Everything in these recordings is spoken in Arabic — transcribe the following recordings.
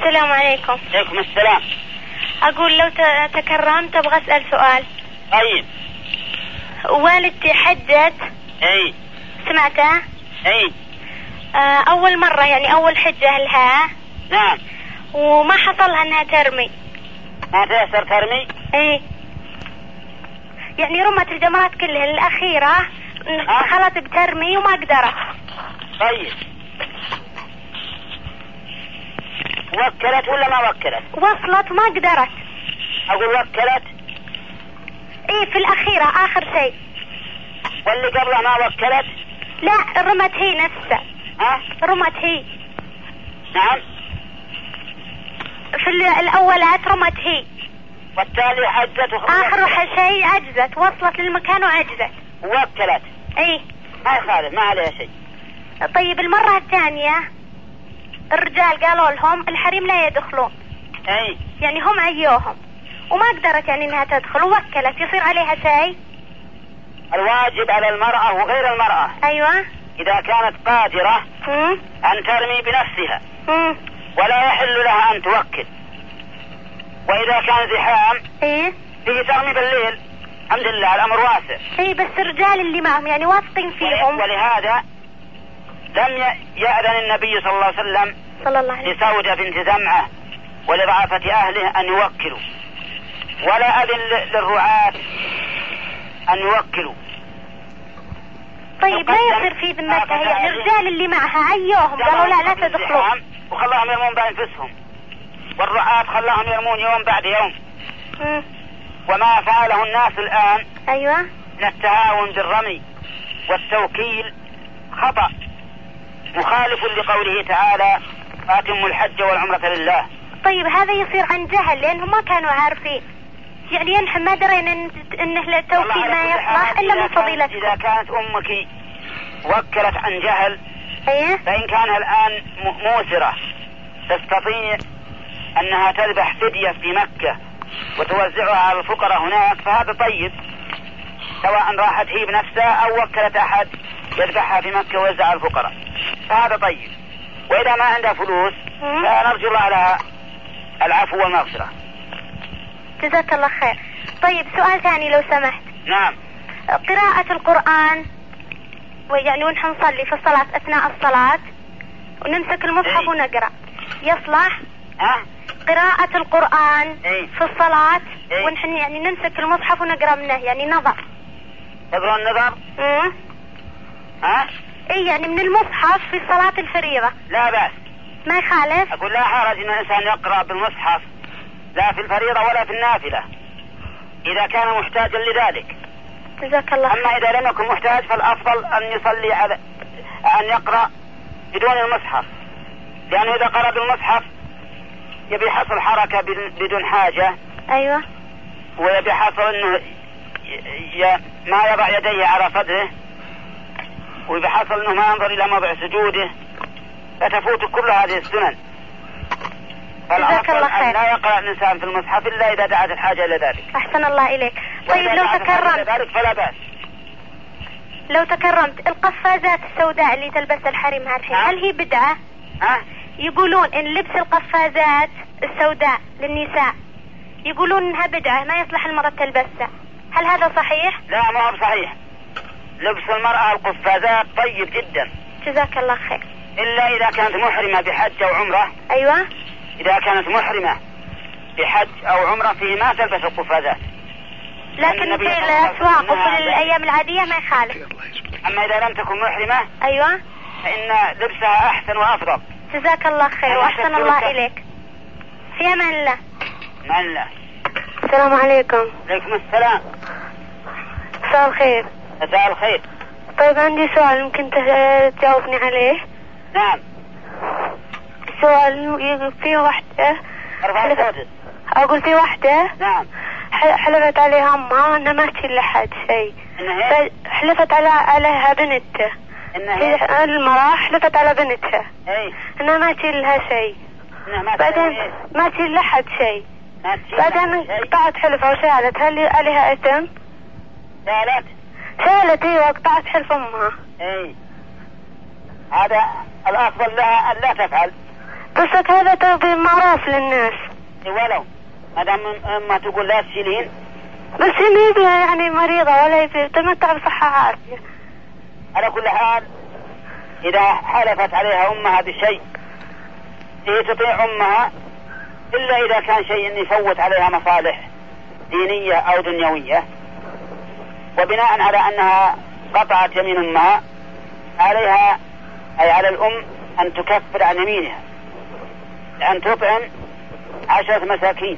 السلام عليكم. عليكم السلام. أقول لو تكرمت أبغى أسأل سؤال. طيب. والدتي حجت. اي. سمعتها؟ اي. أول مرة يعني أول حجة لها. نعم. وما حصلها أنها ترمي. ما تيسر ترمي؟ اي. يعني رمت الجمرات كلها الأخيرة دخلت بترمي وما قدرت. طيب. وكلت ولا ما وكلت؟ وصلت وما قدرت. أقول وكلت. ايه في الأخيرة آخر شيء. واللي قبلها ما وكلت؟ لا رمت هي نفسها. رمت هي. نعم. في الأولات رمت هي. والتالي عجزت آخر شيء عجزت، وصلت للمكان وعجزت. ووكلت. ايه. ما يخالف، ما عليها شيء. طيب المرة الثانية الرجال قالوا لهم الحريم لا يدخلون. اي. يعني هم عيوهم وما قدرت يعني انها تدخل ووكلت، يصير عليها شيء؟ الواجب على المرأة وغير المرأة. ايوه. اذا كانت قادرة ان ترمي بنفسها ولا يحل لها ان توكل. واذا كان زحام هي ترمي بالليل. الحمد لله الامر واسع. اي بس الرجال اللي معهم يعني واثقين فيهم. ولهذا لم يأذن النبي صلى الله عليه وسلم لسودة بنت زمعة ولضعفة أهله أن يوكلوا، ولا أذن للرعاة أن يوكلوا. طيب لا يصير في ذمتها يعني الرجال اللي معها عيوهم قالوا لا تدخلوا وخلاهم يرمون بأنفسهم، والرعاة خلاهم يرمون يوم بعد يوم. وما فعله الناس الآن أيوة من التهاون بالرمي والتوكيل خطأ مخالف لقوله تعالى فاتموا الحج والعمرة لله. طيب هذا يصير عن جهل لأنهم ما كانوا عارفين، يعني نحن ما درينا إنه التوكيل ما يصلح إلا من فضيلتكم. إذا كانت أمك وكلت عن جهل فإن كانها الآن موسرة تستطيع أنها تذبح فدية في مكة وتوزعها على الفقراء هناك فهذا طيب، سواء راحت هي بنفسها أو وكلت أحد يذبحها في مكة ويوزعها على الفقراء فهذا طيب. وإذا ما عندها فلوس فنرجو الله لها العفو والمغفرة. جزاك الله خير. طيب سؤال ثاني لو سمحت. نعم. قراءة القرآن ويعني ونحن نصلي في الصلاة أثناء الصلاة ونمسك المصحف ونقرأ يصلح؟ قراءة القرآن في الصلاة ونحن يعني نمسك المصحف ونقرأ منه يعني نظر. تقرأ النظر؟ اي يعني من المصحف في صلاة الفريضة. لا بأس. ما يخالف؟ أقول لا حرج أن الإنسان يقرأ بالمصحف لا في الفريضة ولا في النافلة إذا كان محتاجا لذلك. جزاك الله. أما إذا لم يكن محتاج فالأفضل أن يصلي على أن يقرأ بدون المصحف، لأنه إذا قرأ بالمصحف يبي حصل حركة بدون حاجة. أيوة. ويبي حصل أنه ما يضع يديه على صدره، ويبي حصل أنه ما ينظر إلى موضع سجوده، فتفوت كل هذه السنن. فالأفضل أن لا يقرأ الإنسان في المصحف إلا إذا دعت الحاجة إلى ذلك. أحسن الله إليك. طيب لو تكرمت فلا بأس. لو تكرمت القفازات السوداء اللي تلبسها الحريم هالحين هل هي بدعة؟ يقولون إن لبس القفازات السوداء للنساء يقولون إنها بدعة ما يصلح المرأة تلبسها، هل هذا صحيح؟ لا ما هو صحيح. لبس المرأة القفازات طيب جدا. جزاك الله خير. إلا إذا كانت محرمة بحج أو عمرة. أيوة. إذا كانت محرمة بحج أو عمرة فيه ما تلبس القفازات، لكن في الأسواق وفي الأيام العادية ما يخالف. أما إذا لم تكن محرمة أيوة فإن لبسها أحسن وأفضل. جزاك الله خير وأحسن الله إليك. في أمان الله. أمان الله. السلام عليكم. عليكم السلام. مساء الخير. مساء الخير. طيب عندي سؤال ممكن تجاوبني عليه؟ نعم. سؤال في واحدة أقول في واحدة نعم حلفت عليها أمها أنها ما تشيل لحد شيء، حلفت عليها بنتها، المرأة حلفت على بنتها أنها ما تشيل لها شيء، بعدين ما تشيل لحد شيء، بعدين قطعت حلفها وشالت، هل عليها إثم؟ شالت ايوه قطعت حلف أمها. هذا الأفضل لها أن لا تفعل. قصدك هذا تربي معروف للناس. ولو ما دام ما تقول لا تشيلين، بس هي بها يعني مريضة ولا تتمتع بصحة عافية. على كل حال إذا حلفت عليها أمها بشيء هي تطيع أمها إلا إذا كان شيء يفوت عليها مصالح دينية أو دنيوية، وبناء على أنها قطعت يمين أمها عليها أي على الأم أن تكفر عن يمينها، أن تطعم 10 مساكين،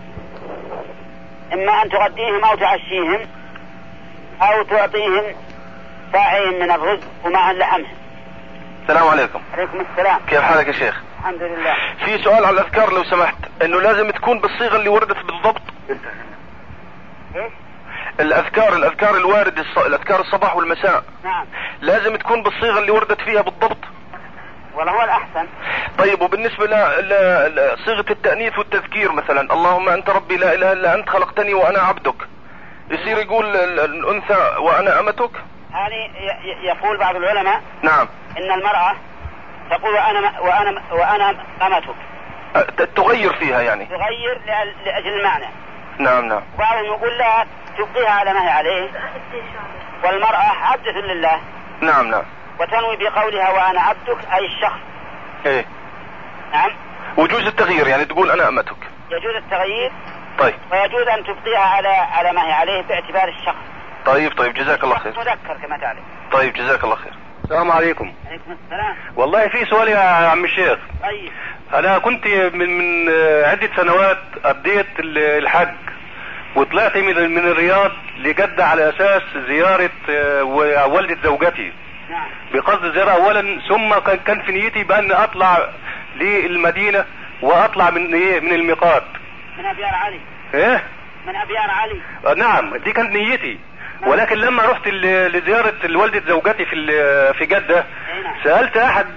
إما أن تغديهم أو تعشيهم أو تعطيهم ساعين من الرز ومع لحمهم. السلام عليكم. عليكم السلام. كيف حالك يا شيخ؟ الحمد لله. في سؤال على الأذكار لو سمحت، إنه لازم تكون بالصيغة اللي وردت بالضبط. إيه؟ الأذكار الواردة، الأذكار الصباح والمساء. نعم. لازم تكون بالصيغة اللي وردت فيها بالضبط. ولا هو الأحسن. طيب وبالنسبة لصيغة التأنيث والتذكير مثلا، اللهم أنت ربي لا إله إلا أنت خلقتني وأنا عبدك، يصير يقول الأنثى وأنا أمتك؟ هذه يقول بعض العلماء نعم إن المرأة تقول وأنا أمتك، تغير فيها يعني، تغير لأجل المعنى. نعم. بعضهم يقول لا تبقيها على ما هي عليه، والمرأة عبدة لله. نعم. وتنوي بقولها وأنا عبدك أي الشخص. إيه. نعم. وجوز التغيير يعني تقول أنا أمتك. يجوز التغيير. طيب. ويجوز أن تبقيها على ما هي عليه باعتبار الشخص. طيب جزاك الله خير. مذكر كما تعلم. طيب جزاك الله خير. السلام عليكم. عليكم السلام. والله في سؤال يا عم الشيخ. طيب. أنا كنت من عدة سنوات أبديت الحج، وطلعت من الرياض لجدة على أساس زيارة والدة زوجتي. نعم. بقصد زيارة أولا، ثم كان في نيتي بأن أطلع للمدينة وأطلع من الميقات. من أبيار علي. إيه؟ من أبيار علي. نعم دي كانت نيتي. ولكن لما رحت لزيارة والدة زوجتي في جدة، سألت أحد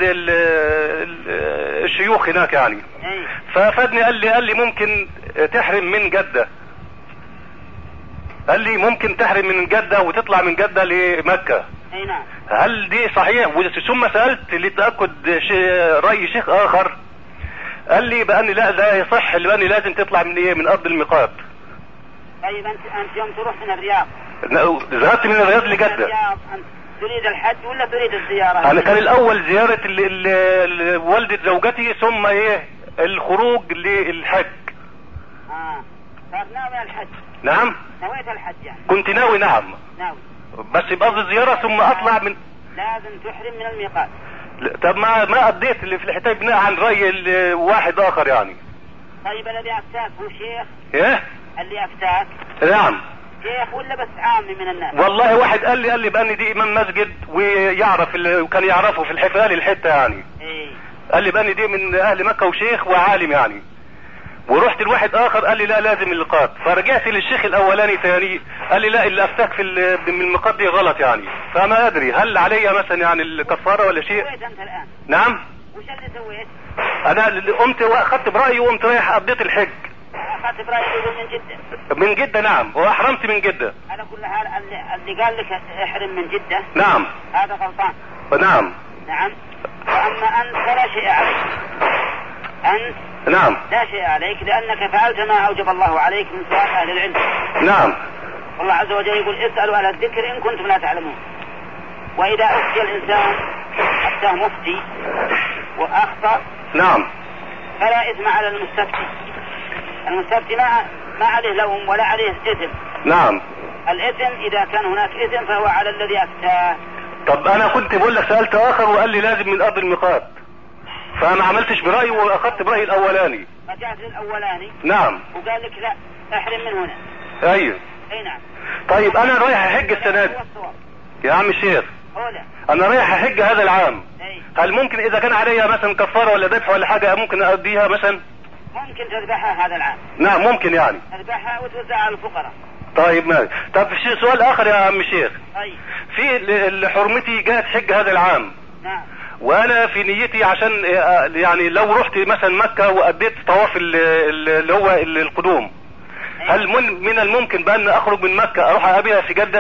الشيوخ هناك يعني، فأفادني قال لي ممكن تحرم من جدة، قال لي ممكن تحرم من جدة وتطلع من جدة لمكة. هل دي صحيح؟ ثم سألت لتأكد رأي شيخ آخر، قال لي بأني لا يصح، بأني لازم تطلع من أرض الميقات. طيب أنت يوم تروح من الرياض ذهبت من الرياض لجدة، أنت تريد الحج ولا تريد الزيارة؟ أنا كان الأول زيارة والدة زوجتي، ثم الخروج للحج. صار ناوي الحج؟ نعم. نويت الحج يعني؟ كنت ناوي. نعم. ناوي. بس بقصد الزيارة ثم أطلع من. لازم تحرم من الميقات. طب ما قضيت اللي في الحكاية بناء عن رأي واحد آخر يعني. طيب الذي أفتاك هو شيخ؟ إيه؟ اللي أفتاك؟ نعم. شيخ ولا بس عامي من الناس؟ والله واحد قال لي بأني دي إمام مسجد ويعرف وكان يعرفه في الحتة يعني. إيه. قال لي بأني دي من أهل مكة وشيخ وعالم يعني. ورحت لواحد آخر قال لي لا لازم الميقات، فرجعت للشيخ الأولاني ثاني قال لي لا اللي أفتاك من الميقات دي غلط يعني. فما أدري هل علي مثلا يعني الكفارة ولا شيء؟ سويت أنت الآن؟ نعم. وش اللي سويت؟ أنا قمت وأخذت برأيي وقمت رايح قضيت الحج. أخذت برأيي من جدة؟ من جدة نعم، وأحرمت من جدة. على كل حال اللي قال لك احرم من جدة نعم هذا غلطان. نعم. وأما أنت فلا شيء عليك. أنت نعم لا شيء عليك لأنك فعلت ما أوجب الله عليك من سؤال أهل العلم. نعم. والله عز وجل يقول اسألوا أهل الذكر إن كنتم لا تعلمون. وإذا أفتي الإنسان حتى مفتي وأخطأ نعم فلا إثم على المستفتي. المستفتي ما عليه لوم ولا عليه إثم. نعم. الإثم إذا كان هناك إثم فهو على الذي أفتاه. طب أنا كنت بقول لك سألت آخر وقال لي لازم من أرض الميقات، فأنا عملتش برأيي وأخذت برأيي الأولاني. رجعت للأولاني. نعم. وقال لك لا احرم من هنا. أيوه. أي نعم. طيب أنا رايح أحج السنة دي يا عم الشيخ. أنا رايح أحج هذا العام. هل ممكن إذا كان عليها مثلا كفارة ولا دفع ولا حاجة ممكن أديها مثلا؟ ممكن تذبحها هذا العام. نعم ممكن يعني. تذبحها وتوزعها على الفقراء. طيب ماشي. طب في سؤال آخر يا عم الشيخ. طيب. في حرمتي جاءت حج هذا العام. نعم. وانا في نيتي عشان يعني لو رحت مثلا مكة وأديت طواف اللي هو القدوم، هل من الممكن بأن أخرج من مكة أروح أقابلها في جدة؟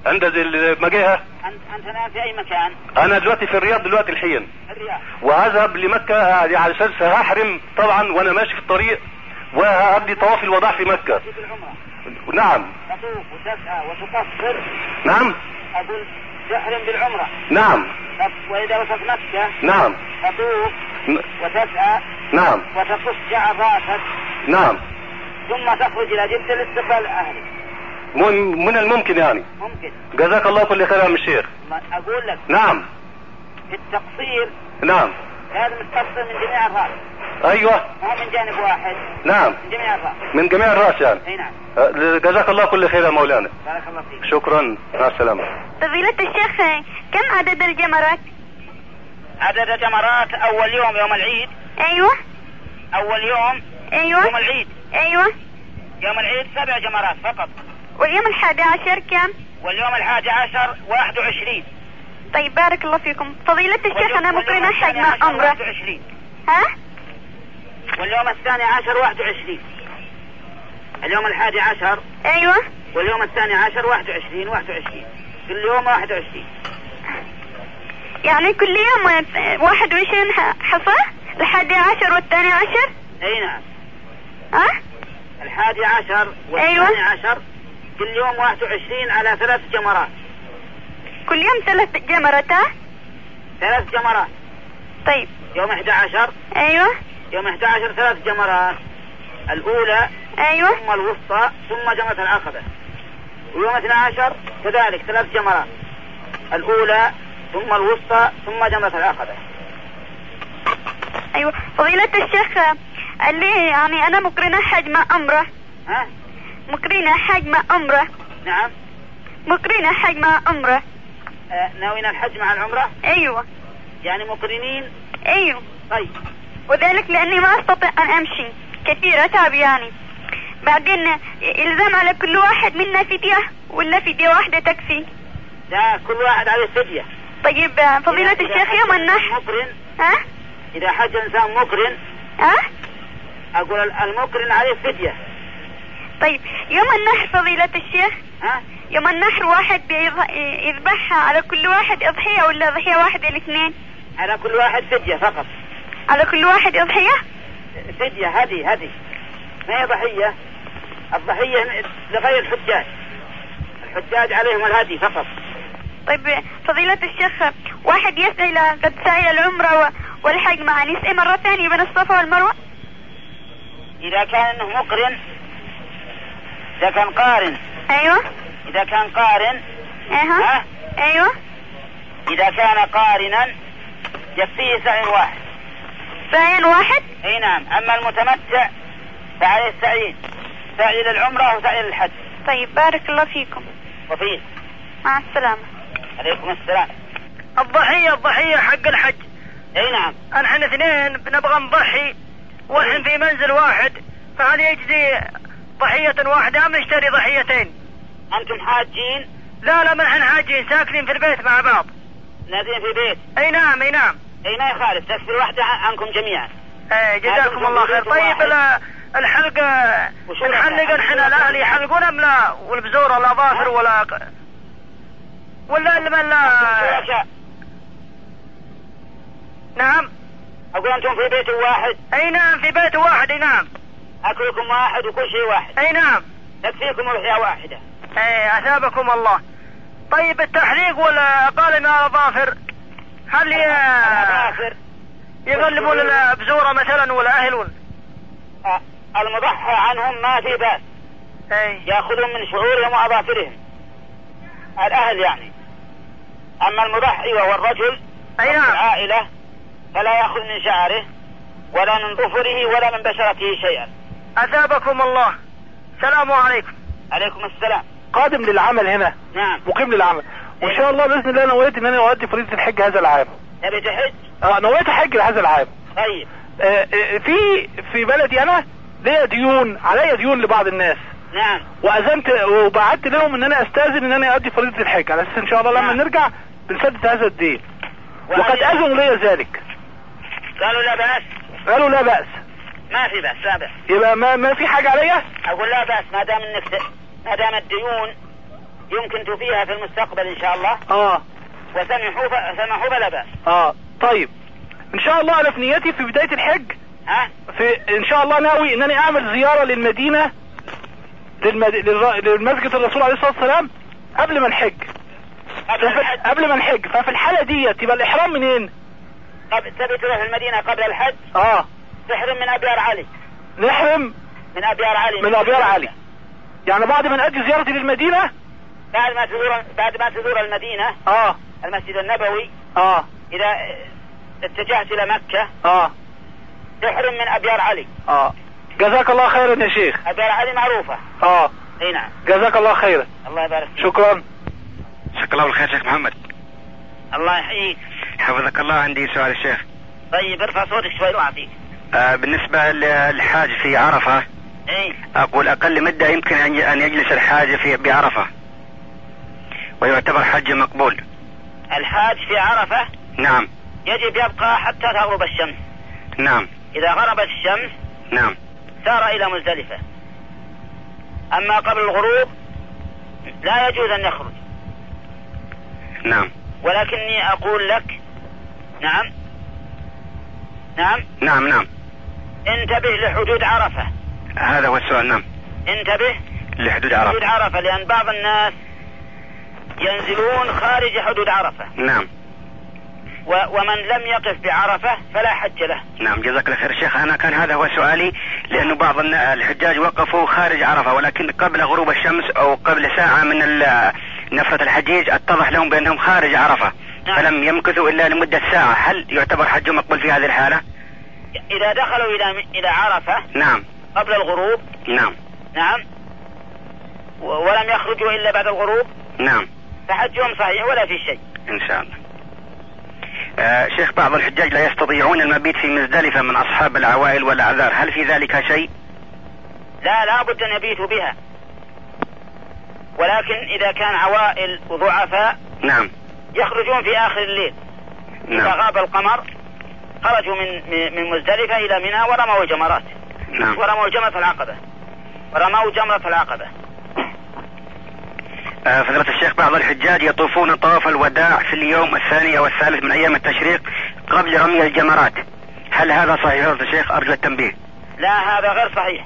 عند المجاهة. انت الان في اي مكان؟ انا دلوقتي في الرياض دلوقتي الحين. الرياض. وهذهب لمكة على اساس هحرم طبعا وانا ماشي في الطريق وهبدي طواف الوداع في مكة. في العمرة. نعم. تطوف وتسعى وتقصر. نعم. اقول تحرم بالعمرة. نعم. واذا وصلت مكة. نعم. تطوف وتسعى. نعم. وتقص شعر راسك. نعم. ثم تخرج الى جدة لاستقبال اهلك. من الممكن يعني. ممكن. جزاك الله كل خير يا عم الشيخ. اقول لك. نعم. التقصير. نعم. لازم تقصر من جميع الراس. ايوه. مو من جانب واحد. نعم. من جميع الراس. من جميع الراس يعني. اي نعم. جزاك الله كل خير يا مولانا. بارك الله فيك. شكرا، مع السلامة. فضيلة الشيخ، كم عدد الجمرات؟ عدد الجمرات اول يوم العيد. ايوه. اول يوم. ايوه. يوم العيد. ايوه. يوم العيد 7 جمرات فقط. واليوم 11 كم؟ واليوم 11 21. طيب بارك الله فيكم. فضيلة الشيخ انا مقرنة حج مع عمرة. 21. ها؟ واليوم 12 21. اليوم 11. ايوه. واليوم 12 21. كل يوم 21. يعني كل يوم 21 حصى؟ 11 والثاني عشر؟ اي نعم. ها؟ 11 والثاني عشر كل يوم 21 على 3 جمرات. كل يوم 3 جمرات. 3 جمرات. طيب. يوم 11. ايوه. يوم 11 3 جمرات. الاولى. ايوه. ثم الوسطى ثم جمرة العقبة. ويوم 12 كذلك 3 جمرات. الاولى ثم الوسطى ثم جمرة العقبة. ايوه. فضيلة الشيخ قال لي يعني انا مقرنة حج مع عمرة. ها؟ مقرنة حج مع عمرة. نعم. مقرنة حج مع عمرة. ناويين الحج مع العمرة؟ ايوه. يعني مقرنين؟ ايوه. طيب. وذلك لاني ما استطيع ان امشي كثير، اتعب يعني. بعدين الزام على كل واحد منا فدية ولا فدية واحدة تكفي؟ لا، كل واحد عليه فدية. طيب فضيلة الشيخ يوم النحر مقرن. ها؟ اذا حج انسان مقرن. ها؟ اقول المقرن عليه فدية. طيب يوم النحر فضيلة الشيخ. ها؟ يوم النحر واحد يذبحها على كل واحد اضحية ولا ضحية واحدة الاثنين؟ على كل واحد فدية فقط. على كل واحد اضحية؟ فدية. هذه ما هي ضحية. الضحية لغير الحجاج. الحجاج عليهم الهدي فقط. طيب فضيلة الشيخ، واحد يسعى قد سعي العمرة والحج معا، يسعى مرة ثانية بين الصفا والمروة؟ إذا كان إنه مقرن. إذا كان قارن. أيوة. إذا كان قارن. ها؟ أيوة. إذا كان قارنا يكفيه سعي واحد. سعي واحد؟ أي نعم. أما المتمتع فعليه السعيين، سعي للعمرة وسعي للحج. طيب بارك الله فيكم. وفيه. مع السلامة. عليكم السلام. الضحية حق الحج. اي نعم. نحن اثنين بنبغى نضحي ونحن في منزل واحد، فهل يجزي ضحية واحدة ام نشتري ضحيتين؟ انتم حاجين؟ لا ما نحن حاجين، ساكنين في البيت مع بعض. نازلين في بيت. اي نعم. اي ما يخالف، تكفي واحدة عنكم جميعا. اي جزاكم الله خير. طيب الحلقة نحلق نحن الاهل يحلقون ام لا؟ والبزور الاظافر ولا لا؟ نعم. اقول انتم في بيت واحد. اي نعم في بيت واحد. اي نعم. اكلكم واحد وكل شيء واحد. اي نعم. تكفيكم أضحية واحدة. اي اثابكم الله. طيب التحليق ولا قال ما الاظافر، هل يغلبون البزورة مثلا ولا اهلون؟ المضحى عنهم ما في بأس. ياخذون من شعورهم واظافرهم الاهل يعني. اما المضحي وهو الرجل العائلة فلا ياخذ من شعره ولا من ظفره ولا من بشرته شيئا. اثابكم الله. السلام عليكم. عليكم السلام. قادم للعمل هنا. نعم. مقيم للعمل. وان شاء الله باذن الله نويت ان انا اؤدي فريضة الحج هذا العام. تبي تحج؟ نويت احج هذا العام. طيب. في بلدي انا علي ديون لبعض الناس. نعم. واذنت وبعت لهم ان انا استاذن ان انا اؤدي فريضة الحج على اساس ان شاء الله لما نرجع بنسدد هذا الدين. وقد اذنوا لي ذلك. قالوا لا بأس. قالوا لا بأس. ما في بأس. لا بأس. يبقى ما في حاجة عليا. اقول لا بأس ما دام الديون يمكن توفيها في المستقبل إن شاء الله. وسمحوا فلا بأس. طيب إن شاء الله أنا في نيتي في بداية الحج إن شاء الله ناوي إنني أعمل زيارة للمدينة للمسجد الرسول عليه الصلاة والسلام قبل ما نحج. ففي الحالة دي تبقى الإحرام منين؟ تبي تروح المدينة قبل الحج؟ تحرم من أبيار علي. نحرم من أبيار علي. يعني بعد ما نأدي زيارتي للمدينة، بعد ما تزور المدينة المسجد النبوي إذا اتجهت إلى مكة تحرم من أبيار علي. جزاك الله خيرا يا شيخ. أبيار علي معروفة. اي نعم. جزاك الله خيرا. الله يبارك فيك. شكرا. جزاك الله بالخير شيخ محمد. الله يحييك. حفظك الله. عندي سؤال الشيخ. طيب ارفع صوتك شوي وأعطيك. بالنسبة للحاج في عرفة، أقول أقل مدة يمكن أن يجلس الحاج بعرفة ويعتبر حج مقبول. الحاج في عرفة نعم يجب يبقى حتى تغرب الشمس. نعم. إذا غربت الشمس نعم سار إلى مزدلفة. أما قبل الغروب لا يجوز أن يخرج. نعم. ولكني أقول لك نعم انتبه لحدود عرفة. هذا هو السؤال. نعم انتبه لحدود عرفة لأن بعض الناس ينزلون خارج حدود عرفة. نعم. ومن لم يقف بعرفة فلا حج له. نعم جزاك الله خير شيخ. أنا كان هذا هو سؤالي، لأنه بعض الحجاج وقفوا خارج عرفة ولكن قبل غروب الشمس أو قبل ساعة من نفرة الحجيج اتضح لهم بأنهم خارج عرفة. نعم. فلم يمكثوا إلا لمدة ساعة. هل يعتبر حج مقبول في هذه الحالة؟ إذا دخلوا إلى عرفة نعم قبل الغروب نعم ولم يخرجوا إلا بعد الغروب نعم فحجهم صحيح ولا في شيء إن شاء الله. شيخ بعض الحجاج لا يستطيعون المبيت في مزدلفة من أصحاب العوائل والأعذار، هل في ذلك شيء؟ لا بد أن يبيتوا بها، ولكن إذا كان عوائل وضعفاء نعم يخرجون في آخر الليل. نعم. إذا غاب القمر خرجوا من مزدلفة إلى منى ورموا الجمرات. نعم. ورموا جمرة العقبة. فضيلة الشيخ بعض الحجاج يطوفون طواف الوداع في اليوم الثاني أو الثالث من أيام التشريق قبل رمي الجمرات، هل هذا صحيح فضيلة الشيخ؟ أرجو التنبيه. لا هذا غير صحيح،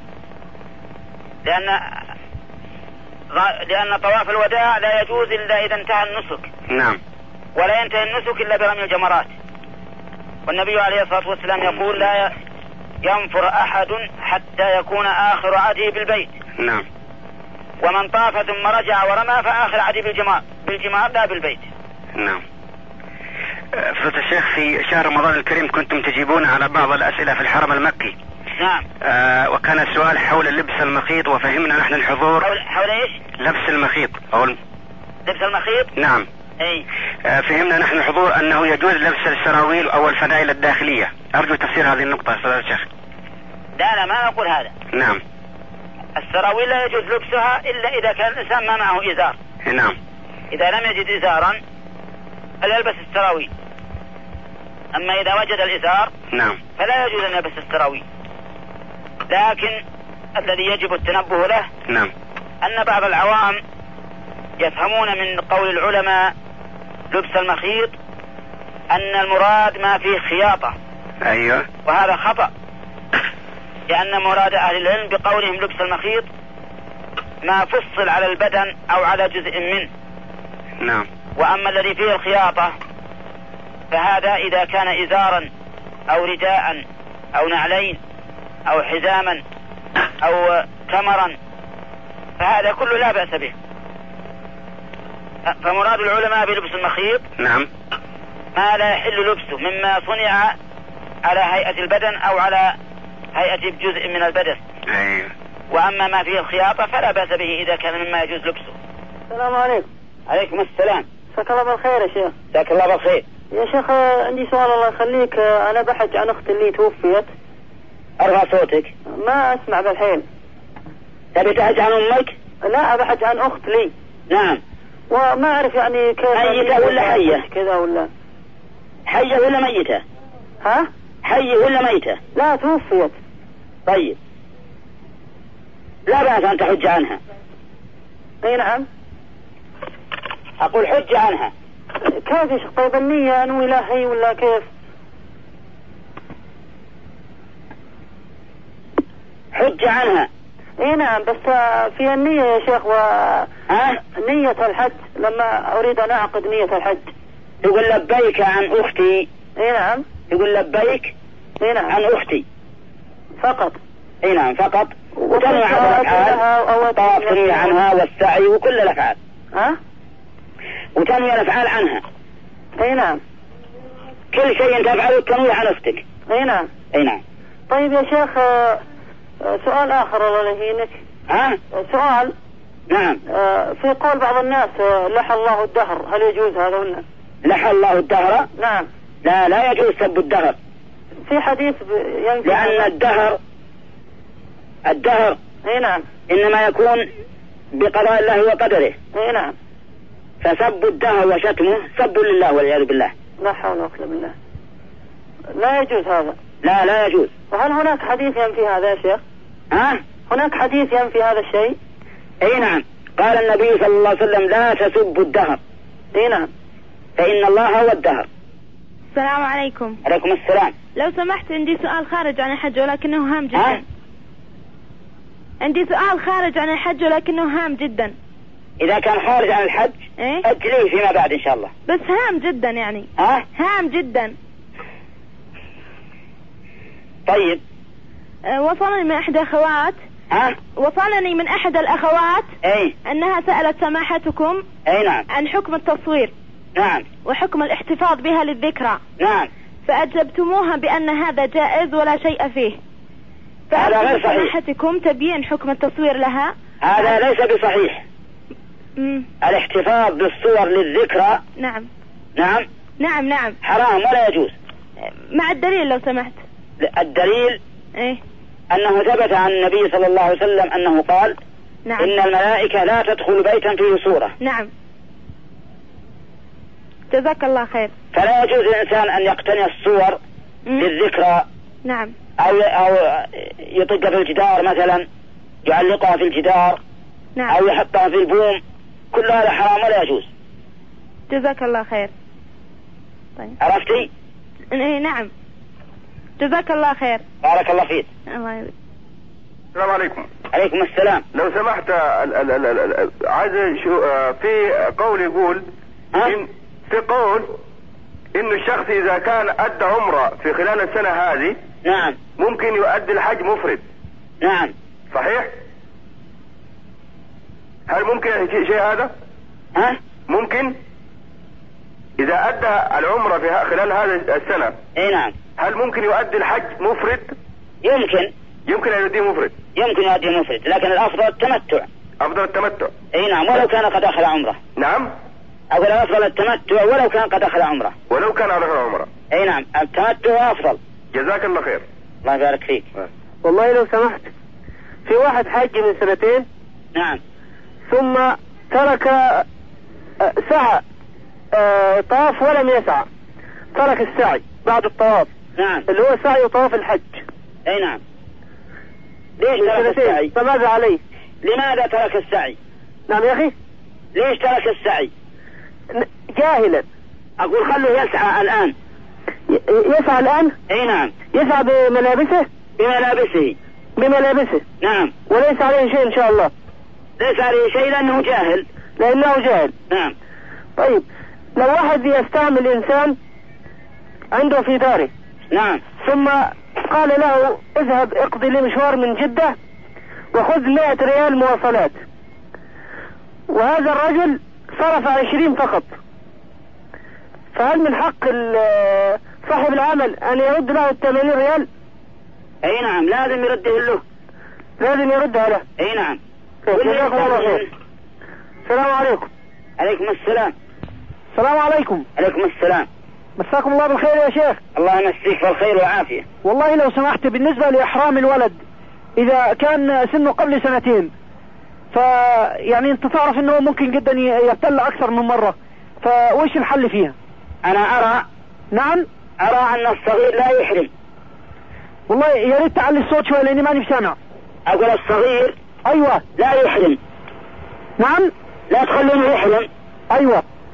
لأن طواف الوداع لا يجوز إلا إذا انتهى النسك. نعم. ولا ينتهي النسك إلا برمي الجمرات. والنبي عليه الصلاة والسلام يقول لا ينفر أحد حتى يكون آخر عهده بالبيت. نعم. ومن طاف ثم رجع ورمى فآخر عهده بالجمار لا بالبيت. نعم. فضيلة الشيخ في شهر رمضان الكريم كنتم تجيبون على بعض الأسئلة في الحرم المكي. نعم. وكان السؤال حول لبس المخيط، وفهمنا نحن الحضور حول ايش؟ لبس المخيط أو لبس المخيط. نعم. اي. فهمنا نحن الحضور أنه يجوز لبس السراويل أو الفنائل الداخلية. أرجو تفسير هذه النقطة فضيلة الشيخ. لا ما نقول هذا. نعم. السراويل لا يجوز لبسها إلا إذا كان الإنسان ما معه إزار. نعم. إذا لم يجد إزارا فليلبس السراويل. أما إذا وجد الإزار نعم فلا يجوز أن يلبس السراويل. لكن الذي يجب التنبه له نعم أن بعض العوام يفهمون من قول العلماء لبس المخيط أن المراد ما فيه خياطة. أيوة. وهذا خطأ، لأن مراد أهل العلم بقولهم لبس المخيط ما فصل على البدن أو على جزء منه. نعم. وأما الذي فيه الخياطة فهذا إذا كان إزارا أو رداء أو نعلين أو حزاما أو كمرا فهذا كله لا بأس به. فمراد العلماء بلبس المخيط نعم ما لا يحل لبسه مما صنع على هيئة البدن أو على هيئة جزء من البدن. أيوة. وأما ما فيه الخياطة فلا بأس به إذا كان مما يجوز لبسه. السلام عليكم. عليكم السلام. جزاك الله بالخير يا شيخ. جزاك الله بالخير يا شيخ. عندي سؤال الله يخليك. أنا بحج عن أختي اللي توفيت. أرفع صوتك. ما أسمع بالحين. تبي تحج عن أمك؟ لا بحج عن أخت لي. نعم. وما أعرف يعني كيف. ميتة ولا حية؟ كذا ولا حية ولا ميتة؟ ها؟ حية ولا ميتة؟ لا توفيت. طيب لا بأس أن تحج عنها. أي نعم. أقول حج عنها. كيف يا شيخ؟ طيب النية أنوي لها ولا كيف؟ حج عنها. اي نعم، بس في النية يا شيخ نية الحج لما اريد ان اعقد نية الحج. يقول لبيك عن اختي. اي نعم. يقول لبيك اي نعم عن اختي فقط. اي نعم فقط. وتنوي عن الافعال، طواف تنوي عنها والسعي وكل الافعال. وتنوي الافعال عنها. اي نعم. كل شيء تفعله تنوي عن اختك. اي نعم. اي نعم. طيب يا شيخ سؤال آخر الله يهينك. سؤال. نعم. في قول بعض الناس لحى الله الدهر، هل يجوز هذا ولا؟ لحى الله الدهر؟ نعم. لا يجوز سب الدهر. في حديث ينفي لأن الدهر اي نعم إنما يكون بقضاء الله وقدره. اي نعم. فسب الدهر وشتمه سب لله والعياذ بالله. لا حول ولا قوة بالله. لا يجوز هذا. لا يجوز. وهل هناك حديث ينفي هذا يا شيخ؟ هناك حديث ينفي هذا الشيء؟ اي نعم. قال النبي صلى الله عليه وسلم لا تسبوا الدهر. اي نعم. فإن الله هو الدهر. السلام عليكم. عليكم السلام. لو سمحت عندي سؤال خارج عن الحج ولكنه هام جدا. عندي سؤال خارج عن الحج ولكنه هام جدا. إذا كان خارج عن الحج أجليه فيما بعد إن شاء الله. بس هام جدا يعني. هام جدا. طيب. وصلني من إحدى أخوات. وصلني من أحد الأخوات. أنها سألت سماحتكم. نعم. عن حكم التصوير. نعم. وحكم الاحتفاظ بها للذكرى. نعم. فأجبتموها بأن هذا جائز ولا شيء فيه. هذا غير صحيح. سماحتكم تبيين حكم التصوير لها. هذا ليس بصحيح. الاحتفاظ بالصور للذكرى. نعم. نعم. نعم نعم. حرام ولا يجوز. مع الدليل لو سمحت. الدليل أنه ثبت عن النبي صلى الله عليه وسلم أنه قال نعم. إن الملائكة لا تدخل بيتا فيه صورة. نعم. جزاك الله خير. فلا يجوز للإنسان أن يقتني الصور للذكرى. نعم. أو يطق في الجدار مثلا، يعلقها في الجدار. نعم. أو يحطها في البوم. كل هذا حرام ولا يجوز. جزاك الله خير. طيب. عرفتي؟ نعم. جزاك الله خير. بارك الله فيك. الله يبارك. السلام عليكم. عليكم السلام. لو سمحت عايز في قول يقول في قول إنه الشخص إذا كان أدى عمرة في خلال السنة هذه نعم ممكن يؤدي الحج مفرد. نعم صحيح؟ هل ممكن شيء هذا؟ ممكن إذا أدى العمرة في خلال هذا السنة. نعم. هل ممكن يؤدي الحج مفرد؟ يمكن أن يؤديه مفرد. يمكن يؤديه مفرد، لكن الأفضل التمتع. أفضل التمتع. نعم، ولو كان قد أخذ عمرة. نعم. أقول الأفضل التمتع ولو كان قد أخذ عمرة. ولو كان قد أخذ عمرة. نعم، التمتع أفضل. جزاك الله خير. الله يبارك فيك. والله لو سمحت، في واحد حج من 2 سنين. نعم. ثم ترك سعى طاف ولم يسعى، ترك السعي بعد الطواف. نعم. اللي هو سعي وطواف الحج. نعم. ليش ترك السعي؟ فماذا عليه؟ لماذا ترك السعي؟ نعم يا أخي. ليش ترك السعي؟ جاهلا. أقول خلوه يسعى الآن. يسعى الآن؟ نعم. يسعى بملابسه؟ بملابسه. نعم. وليس عليه شيء إن شاء الله. ليس عليه شيء لأنه جاهل. نعم. طيب لو واحد يستعمل إنسان عنده في داره. نعم. ثم قال له اذهب اقضي لي مشوار من جدة وخذ 100 ريال مواصلات، وهذا الرجل صرف 20 فقط، فهل من حق صاحب العمل أن يرد له 80 ريال؟ نعم، لازم يرده له. لازم يردها له. نعم. السلام عليكم. عليكم السلام. السلام عليكم. عليكم السلام. مساكم الله بالخير يا شيخ. الله يمسيك بالخير والعافية. والله لو سمحت، بالنسبة لإحرام الولد إذا كان سنه قبل 2 سنين، فيعني أنت تعرف أنه ممكن جدا يبتل أكثر من مرة، فوش الحل فيها؟ أنا أرى. نعم. أرى أن الصغير لا يحرم. والله يا ريت تعلي الصوت شوي لأني ماني بسامع. أقول الصغير أيوة لا يحرم. نعم. لا تخلونه يحرم. أيوة.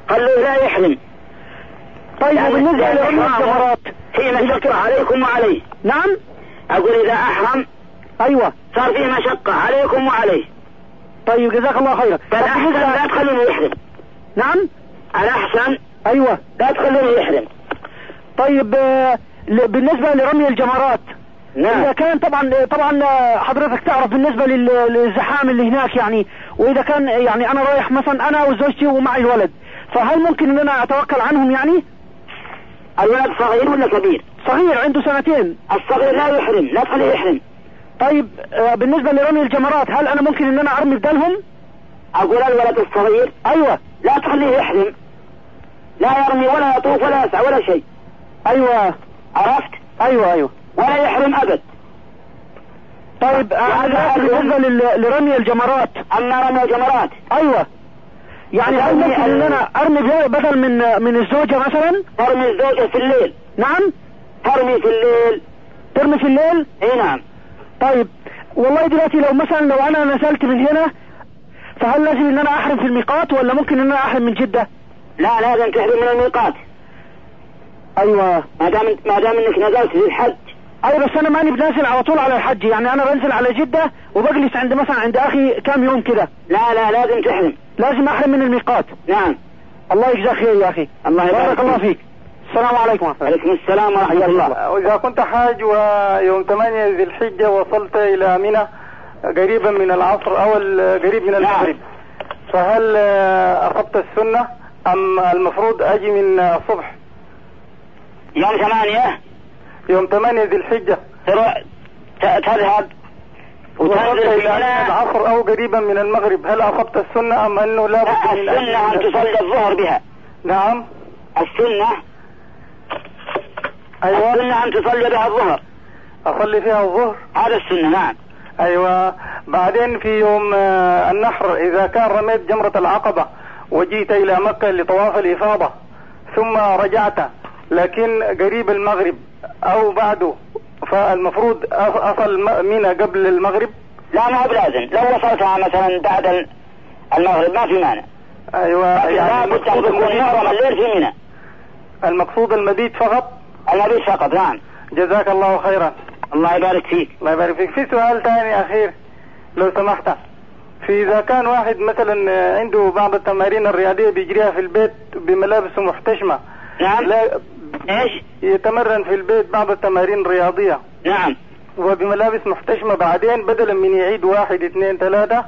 خلوه لا يحرم. طيب وبالنسبة لرمي الجمرات في مشقة عليكم وعليه. نعم أقول إذا أحرم أيوة صار فيه مشقة عليكم وعليه. طيب جزاك الله خيرا. فالأحسن لا تخلونه يحرم. نعم الأحسن أيوة لا تخلونه يحرم. طيب بالنسبة لرمي الجمرات نعم. إذا كان طبعا حضرتك تعرف بالنسبة للزحام اللي هناك يعني، وإذا كان يعني أنا رايح مثلا أنا وزوجتي ومعي الولد، فهل ممكن إن أنا أتوكل عنهم يعني؟ الولد صغير ولا كبير؟ صغير عنده 2 سنين. الصغير لا يحرم، لا تخليه يحرم. طيب بالنسبة لرمي الجمرات هل أنا ممكن إن أنا أرمي بدلهم؟ أقول الولد الصغير أيوة لا تخليه يحرم، لا يرمي ولا يطوف ولا يسعى ولا شيء. أيوة عرفت؟ أيوة ولا يحرم أبد. طيب بالنسبة لرمي الجمرات. أما رمي الجمرات أيوة يعني هل ممكن ان انا ارمي بدل من الزوجة مثلا؟ ترمي الزوجة في الليل. نعم ترمي في الليل. ترمي في الليل؟ اي نعم. طيب والله دلوقتي لو انا نزلت من هنا فهل لازم ان انا احرم في الميقات ولا ممكن ان انا احرم من جدة؟ لا لازم تحرم من الميقات. ايوه ما دام انك نزلت للحج. ايوه بس انا ماني بنازل على طول على الحج، يعني انا بنزل على جدة وبجلس عند اخي كام يوم كده. لا لازم تحرم. لازم احرم من الميقات. نعم. الله يجزاك خير يا اخي. الله بارك الله فيك. السلام عليكم ورحمة الله. وعليكم السلام ورحمة الله. وإذا كنت حاج ويوم 8 ذي الحجة وصلت إلى منى قريبا من العصر أو قريب من المغرب، فهل أصبت السنة أم المفروض أجي من الصبح؟ يوم 8 ذي الحجة تذهب وصلت إلى العصر أو قريبا من المغرب، هل أصبت السنة أم أنه لا بد من السنة أن تصلي الظهر بها؟ نعم السنة. أيوة. السنة أن تصلي بها الظهر. أصلي فيها الظهر. هذا السنة. نعم. أيوة. بعدين في يوم النحر إذا كان رميت جمرة العقبة وجيت إلى مكة لطواف الإفاضة ثم رجعت لكن قريب المغرب أو بعده، فالمفروض أصل منى قبل المغرب؟ لا ما هو بلازم، لو وصلتها مثلا بعد المغرب ما في مانع. أيوة يعني لا بد أن تكون معظم الليل في منى. المقصود المبيت فقط؟ المبيت فقط. نعم. جزاك الله خيرا. الله يبارك فيك. الله يبارك فيك. في سؤال ثاني أخير لو سمحت، في إذا كان واحد مثلا عنده بعض التمارين الرياضية بيجريها في البيت بملابس محتشمة. نعم. لا ايش؟ يتمرن في البيت بعض التمارين الرياضية. نعم. وبملابس محتشمة، بعدين بدلا من يعيد 1 2 3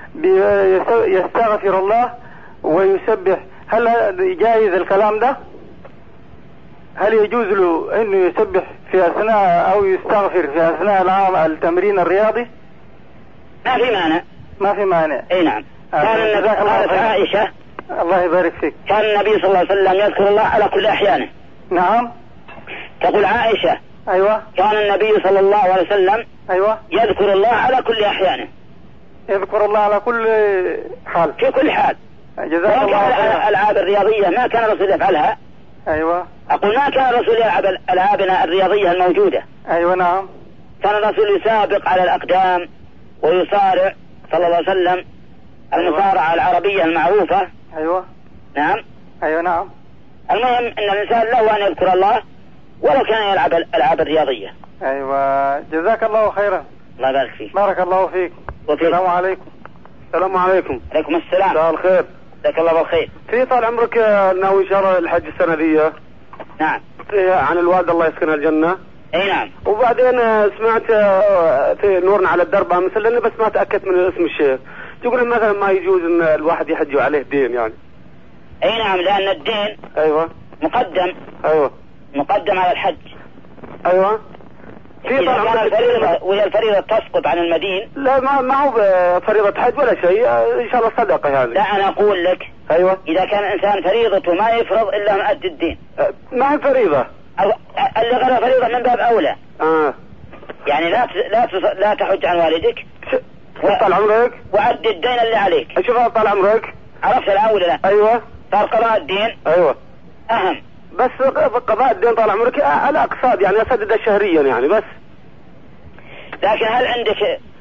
يستغفر الله ويسبح، هل جائز الكلام ده؟ هل يجوز له انه يسبح في اثناء او يستغفر في اثناء العام التمرين الرياضي؟ ما في مانع. ما في مانع. اي نعم. كان النبي قالت عائشة الله يبارك فيك، كان النبي صلى الله عليه وسلم يذكر الله على كل احيانه. نعم. تقول عائشة ايوه كان النبي صلى الله عليه وسلم ايوه يذكر الله على كل احيانه. يذكر الله على كل حال، في كل حال. جزاك الله خيرا. الالعاب الرياضية ما كان الرسول يفعلها. ايوه. اقول ما كان الرسول يلعب الالعابنا الرياضية الموجودة. ايوه نعم. كان الرسول يسابق على الاقدام ويصارع صلى الله عليه وسلم. المصارعة العربية المعروفة. ايوه. نعم. ايوه نعم. المهم ان الانسان له ان يذكر الله ولو كان يلعب الالعاب الرياضية. ايوه. جزاك الله خيرا. الله يبارك فيك. بارك الله فيك. السلام عليكم. السلام عليكم. عليكم السلام. مساء الخير. جزاك الله بالخير. في طال عمرك ناوي ان شاء الله الحج السنة دي؟ نعم. عن الوالدة الله يسكنها الجنة. اي نعم. وبعدين سمعت في نورنا على الدرب مثل لاني بس ما تأكدت من اسم الشيخ، تقول مثلا ما يجوز ان الواحد يحج عليه دين يعني. اي نعم، لان الدين ايوه مقدم. ايوه مقدم على الحج. ايوه. في طبعا الفريضة وهي الفريضة تسقط عن المدين. لا ما هو فريضة حج ولا شيء، ان شاء الله صدقة يعني. لا انا اقول لك ايوه اذا كان الانسان فريضته ما يفرض الا من ادي الدين. ما هي فريضة اللي غير فريضة من باب اولى. يعني لا تحج عن والدك. طال عمرك. وأدي الدين اللي عليك. شوف طال عمرك. عرفت الآن ولا لا؟ ايوه. صار قضاء الدين. ايوه. اهم. بس قضاء الدين طال عمرك على اقساط يعني اسدد شهريا يعني بس. لكن هل عندك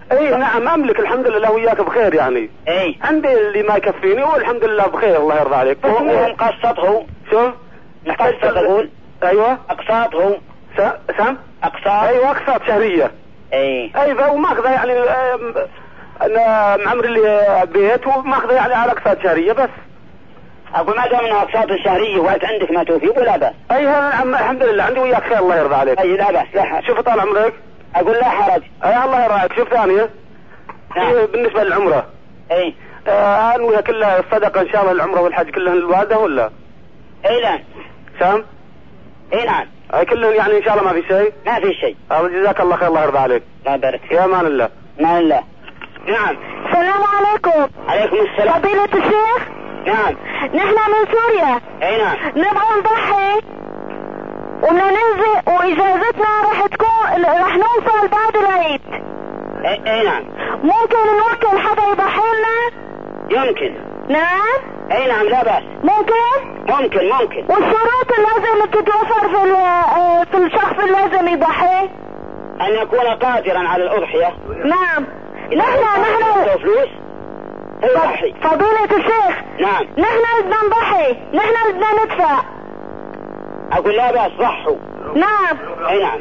اي نعم املك الحمد لله وياك بخير يعني. اي عندي اللي ما يكفيني والحمد لله بخير الله يرضى عليك. وهم قسطه شو؟ نحتاج تقول ايوه اقساطه سام اقساط. ايوه اقساط شهرية. اي وماخذه يعني انا معمر لي بيت وماخذه يعني على اقساط شهرية بس. اقول ما دام انها اقساط شهرية وانت عندك ما توفي ولا بأس. نعم الحمد لله عندي وياك خير الله يرضى عليك. لا بأس لا حرج. شوف طال عمرك. اقول لا حرج. الله يرضى عليك. شوف ثانية. نعم. بالنسبة للعمرة. انويها كلها الصدقة ان شاء الله العمرة والحج كلهن الوالدة ولا؟ نعم. سام؟ نعم. كلهن يعني ان شاء الله ما في شيء؟ ما في شيء. جزاك الله خير الله يرضى عليك. الله يبارك فيك. يا امان الله. امان الله. نعم. السلام عليكم. عليكم السلام. فضيلة الشيخ. نعم. نحن من سوريا. نعم. نبغى نضحي وننزل واجازتنا راح نوصل بعد العيد. نعم. ممكن نوكل حدا يضحي لنا؟ يمكن. نعم. نعم لا بأس. ممكن. ممكن. والشروط اللازم تتوفر في الشخص اللي لازم يضحي ان يكون قادرا على الاضحية. نعم. نحن فلوس يضحي. فضيلة الشيخ. نعم. نحن بدنا نضحي، نحن بدنا ندفع. اقول لا بأس ضحوا. نعم. نعم.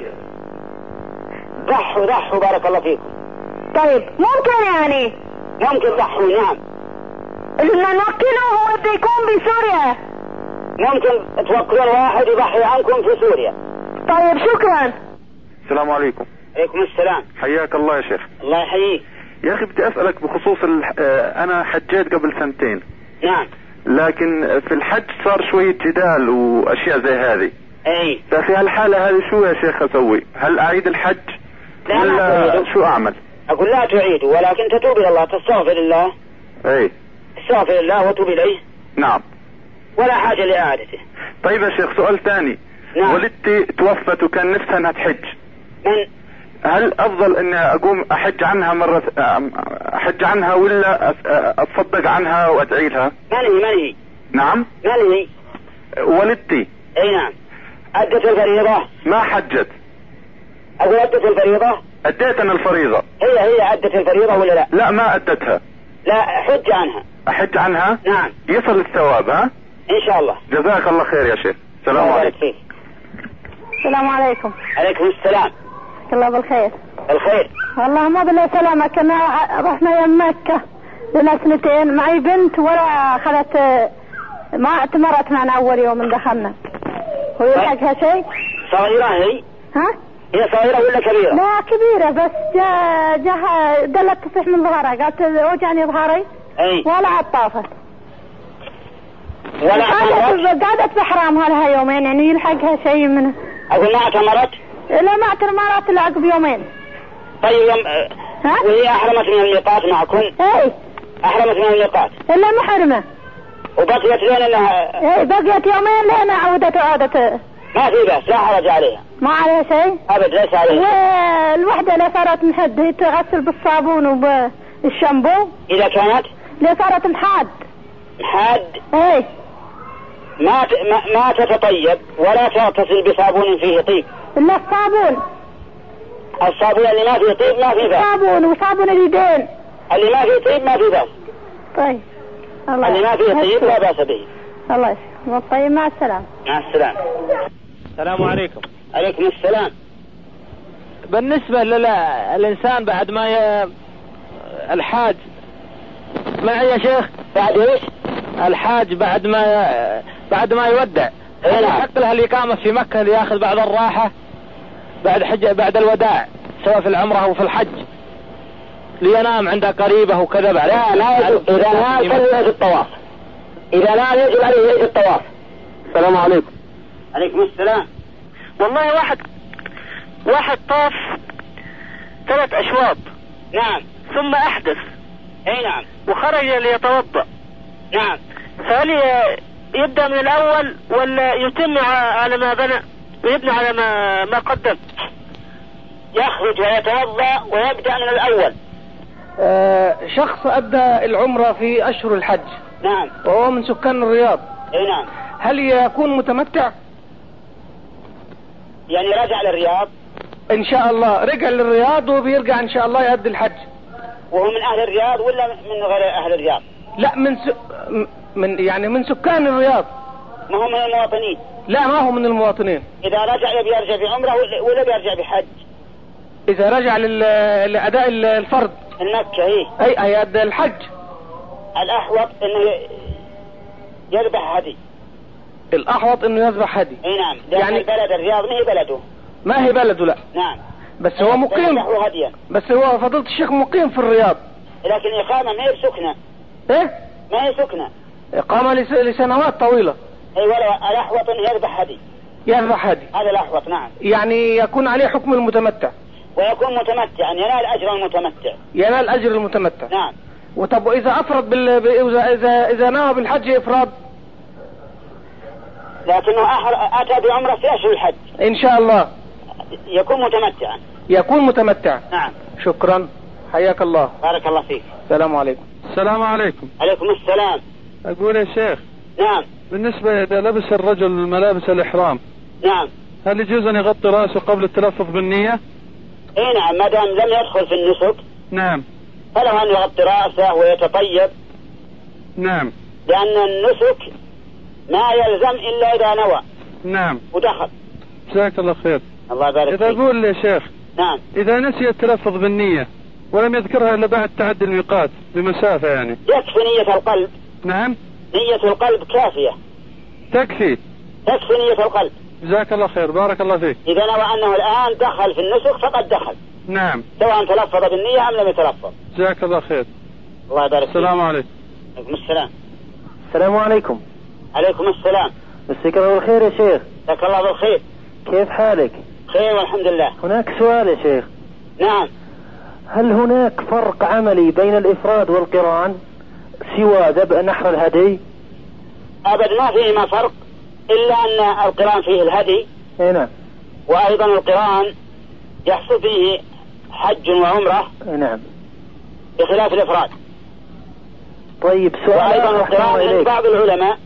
ضحوا بارك الله فيكم. طيب ممكن يعني ممكن ضحوا. نعم. بدنا نوكله هو بده يكون بسوريا. ممكن توكلون واحد يضحي عنكم في سوريا. طيب شكرا. السلام عليكم. عليكم السلام. حياك الله يا شيخ. الله يحييك. يا اخي بدي اسألك بخصوص انا حجيت قبل 2 سنين. نعم. لكن في الحج صار شوية جدال واشياء زي هذه. ففي هالحالة هذه شو يا شيخ اسوي؟ هل اعيد الحج ولا شو اعمل؟ اقول لا تعيده ولكن تتوب الى الله تستغفر الله. استغفر الله وتوب اليه. نعم. ولا حاجة لاعادته. طيب يا شيخ سؤال ثاني. نعم. والدتي توفت وكان نفسها انها تحج. هل افضل اني اقوم احج عنها ولا اتصدق عنها وادعي لها؟ من هي؟ نعم. من هي؟ والدتي. نعم. ادت الفريضة؟ ما حجت. اقول ادت الفريضة؟ اديت انا الفريضة. هي ادت الفريضة ولا لا؟ لا ما ادتها. لا حج عنها. احج عنها؟ نعم. يصل الثواب ها؟ ان شاء الله. جزاك الله خير يا شيخ. السلام عليكم. السلام عليكم. عليكم السلام. الله بالخير. الخير. والله ما بالله سلامك. انا رحنا يم مكة لنا 2 سنين معي بنت ولا اخذت ما اعتمرت معنا اول يوم دخلنا. هو يلحقها شيء؟ صغيرة هي؟ ها؟ هي صغيرة ولا كبيرة؟ لا كبيرة بس جاها دلت تصيح من ظهرها قالت وجعني ظهري. ولا عطافت ولا اعتمرت. قعدت بحرامها لها يومين يعني يلحقها شيء منه. اقول ما اعتمرت؟ لا ما اعتمرت الا عقب يومين. طيب وهي احرمت من الميقات معكم؟ احرمت من الميقات. الا محرمة. وبقيت لين انها بقيت يومين لين عادت. ما في بس لا حرج عليها. ما عليها شيء؟ ابد ليس عليها. الوحدة اللي صارت محد هي تغسل بالصابون وبالشامبو. اذا كانت؟ اللي صارت محاد. ما تتطيب ولا تغتسل بصابون فيه طيب. الا الصابون اللي ما فيه طيب ما فيه بس. الصابون وصابون اليدين. اللي ما فيه طيب ما فيه بس. طيب. الله اللي ما فيه طيب لا بأس به. الله يسلمك. طيب مع السلامة. مع السلامة. السلام عليكم. عليكم السلام. بالنسبة للإنسان بعد ما الحاج معي يا شيخ. بعد ايش؟ الحاج بعد ما يودع يحق له الإقامة في مكة ليأخذ بعض الراحة بعد الوداع سواء في العمرة أو في الحج لينام عند قريبه وكذا. لا يجب. إذا لا يجب الطواف. إذا لا يجب عليه يجب الطواف. السلام عليكم. عليكم السلام. والله واحد طاف 3 أشواط. نعم. ثم أحدث. نعم. وخرج ليتوضأ. نعم. فهل يبدأ من الأول ولا يتم على ما بنى ويبني على ما قدم؟ يخرج ويتوضأ ويبدأ من الأول. شخص أبدأ العمرة في أشهر الحج. نعم. وهو من سكان الرياض. نعم. هل يكون متمتع؟ يعني رجع للرياض؟ إن شاء الله رجع للرياض وبيرجع إن شاء الله يؤدي الحج. وهو من أهل الرياض ولا من غير أهل الرياض؟ لا من سكان الرياض. ما هو من المواطنين؟ لا ما هو من المواطنين. إذا رجع يرجع بعمرة ولا بيرجع بحج؟ إذا رجع لأداء الفرض المكة أي الحج. الأحوط إنه يذبح هدي. الأحوط إنه يذبح هدي. أي نعم. يعني بلد الرياض ما هي بلده. ما هي بلده لا. نعم. بس هو مقيم. بس هو فضيلة الشيخ مقيم في الرياض. لكن إقامة ما هي سكنة. إيه؟ ما هي سكنة. إقامة لسنوات طويلة. أي ولا الأحوط إنه يذبح هدي. يذبح هدي. هذا الأحوط نعم. يعني يكون عليه حكم المتمتع. ويكون متمتعا ينال أجر المتمتع. ينال أجر المتمتع. نعم. وطب وإذا أفرد إذا نوى بالحج إفراد؟ لكنه أتى بعمرة في أشهر الحج. إن شاء الله. يكون متمتعا. يكون متمتع. نعم. شكرا. حياك الله. بارك الله فيك. السلام عليكم. السلام عليكم. عليكم السلام. أقول يا شيخ. نعم. بالنسبة إذا لبس الرجل ملابس الإحرام. نعم. هل يجوز أن يغطي رأسه قبل التلفظ بالنية؟ إيه نعم ما دام لم يدخل في النسك. نعم. فله أن يغطي رأسه ويتطيب. نعم. لأن النسك ما يلزم إلا إذا نوى. نعم. ودخل. جزاك الله خير. الله يبارك فيك. إذا أقول يا شيخ. نعم. إذا نسي التلفظ بالنية ولم يذكرها إلا بعد تعدي الميقات بمسافة يعني. يكفي نية القلب. نعم. نية القلب كافية. تكفي نية القلب. جزاك الله خير. بارك الله فيك. إذا نوى أنه الآن دخل في النسك فقد دخل. نعم. سواء تلفظ بالنية أم لم يتلفظ. جزاك الله خير. الله يبارك فيك. السلام عليكم. عليكم السلام. السلام عليكم. عليكم السلام. مساك الله بالخير يا شيخ. مساك الله بالخير. كيف حالك؟ خير والحمد لله. هناك سؤال يا شيخ. نعم. هل هناك فرق عملي بين الإفراد والقران سوى ذبح نحر الهدي؟ أبد ما فيهما فرق إلا أن القران فيه الهدي. نعم. وأيضا القران يحصل فيه حج وعمرة. نعم. بخلاف الإفراد. طيب سؤال. وأيضا القران عند بعض العلماء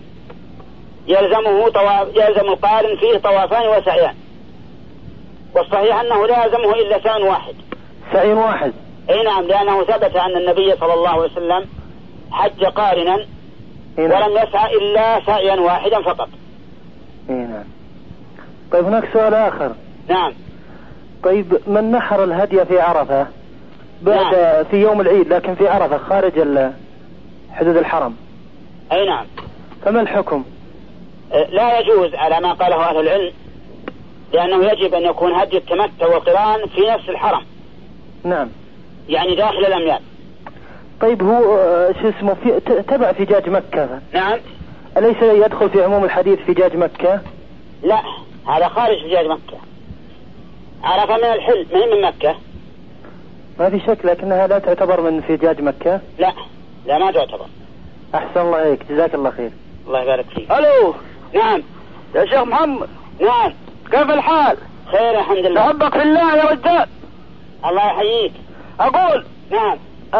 يلزم القارن فيه طوافان وسعيان. والصحيح أنه لا يلزمه إلا سعي واحد. سعي واحد. أي نعم لأنه ثبت أن النبي صلى الله عليه وسلم حج قارنا. ولم يسعى إلا سعيا واحدا فقط. نعم. طيب هناك سؤال آخر. نعم. طيب من نحر الهدي في عرفة بعد نعم. في يوم العيد لكن في عرفة خارج حدود الحرم. أي نعم. فما الحكم؟ لا يجوز على ما قاله أهل العلم لأنه يجب أن يكون هدي التمتع والقران في نفس الحرم. نعم. يعني داخل الأميال. طيب هو شو اسمه تبع فجاج مكة. نعم. أليس يدخل في عموم الحديث فجاج مكة؟ لا هذا خارج فجاج مكة. عرفة من الحل ما هي من مكة. ما في شك لكنها لا تعتبر من فجاج مكة. لا ما تعتبر. أحسن الله عليك جزاك الله خير. الله يبارك فيك. ألو. نعم يا شيخ محمد. نعم. كيف الحال؟ خير الحمد لله. أحبك في الله يا رجال. الله يحييك. أقول. نعم.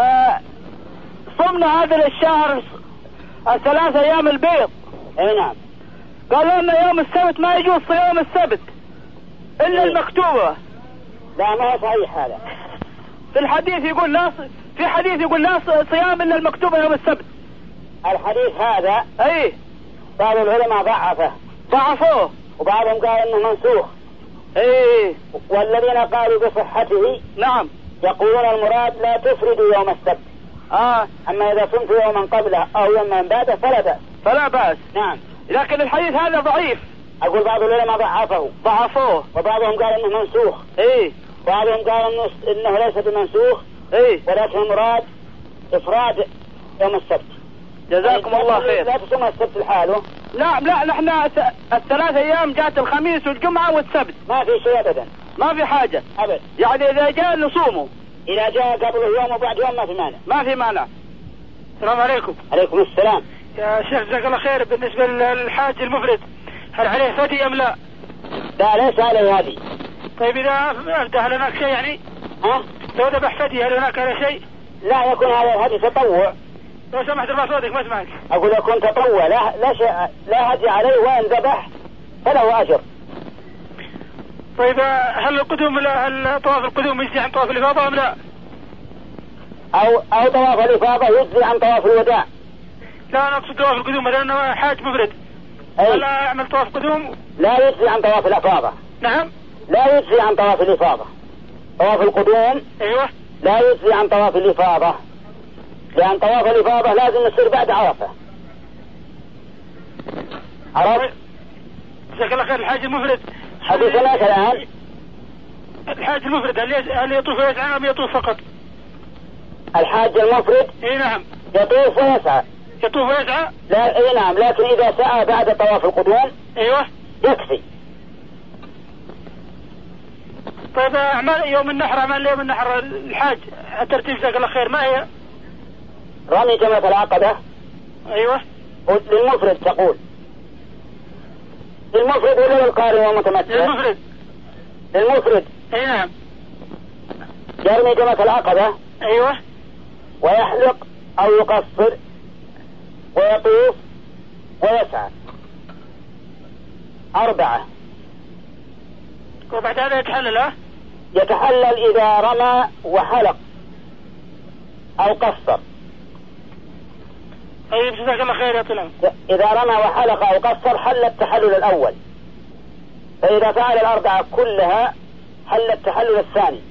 صمنا هذا الشهر 3 أيام البيض. اي نعم. قالوا لنا يوم السبت ما يجوز صيام السبت إلا المكتوبة. لا ما هو صحيح هذا. في الحديث يقول في حديث يقول لا صيام إلا المكتوبة يوم السبت. الحديث هذا أي بعض العلماء ضعفوه وبعضهم قال انه منسوخ. ايه. والذين قالوا بصحته نعم يقولون المراد لا تفردوا يوم السبت. اما اذا صمت يوما قبله او يوما بعده فلا بأس. نعم. لكن الحديث هذا ضعيف. اقول بعض العلماء ضعفوه وبعضهم قال انه منسوخ. ايه. وبعضهم قال انه ليس بمنسوخ. ايه. ولكن المراد افراد يوم السبت. جزاكم الله خير. لا تصوم السبت لحاله. نعم لا نحن 3 أيام جاءت الخميس والجمعة والسبت. ما في شيء ابدا. ما في حاجة ابدا. يعني اذا جاء نصومه. اذا جاء قبل يوم وبعد يوم ما في مانع. السلام عليكم. عليكم السلام. يا شيخ جزاك الله خير. بالنسبة للحاج المفرد هل عليه فدي ام لا؟ لا ليس عليه هدي. طيب اذا هل هناك شيء يعني؟ لو ذبح فدي هل هناك شيء؟ لا يكون هذا الهدي تطوع. لو سمحت ارفع صوتك ما اسمعك. اقول يكون تطوع لا هدي عليه وان ذبح فله اجر. طيب هل طواف القدوم يجزي عن طواف الافاضه ام لا؟ أو طواف الإفاضة يجزي عن طواف الوداع. لا أنا أقصد طواف القدوم لأنه حاج مفرد. ولا أعمل طواف قدوم؟ لا يجزي عن طواف الإفاضة. نعم. لا يجزي عن طواف الإفاضة. طواف القدوم أيوة لا يجزي عن طواف الإفاضة، لأن طواف الإفاضة لازم يصير بعد عرفة. عرفت؟ جزاك الله خير. الحاج المفرد حديثنا الآن الحاج المفرد هل يطوف ويسعى أم يطوف فقط؟ الحاج المفرد اي نعم يطوف ويسعى. يطوف ويسعى؟ لا اي نعم، لكن إذا سعى بعد طواف القدوم ايوه يكفي. طيب أعمال يوم النحر، أعمال يوم النحر الحاج الترتيب جزاك الله خير ما هي؟ رمي جمرة العقبة. ايوه. للمفرد تقول؟ للمفرد ولا للقارئ والمتمتع؟ للمفرد. للمفرد. اي نعم. يرمي جمرة العقبة. ايوه. ويحلق او يقصر ويطوف ويسعى 4. وبعد هذا يتحلل. يتحلل اذا رمى وحلق او قصر. طيب جزاك الله خير يا طلال. اذا رمى وحلق او قصر حل التحلل الاول، فاذا فعل ال4 كلها حل التحلل الثاني.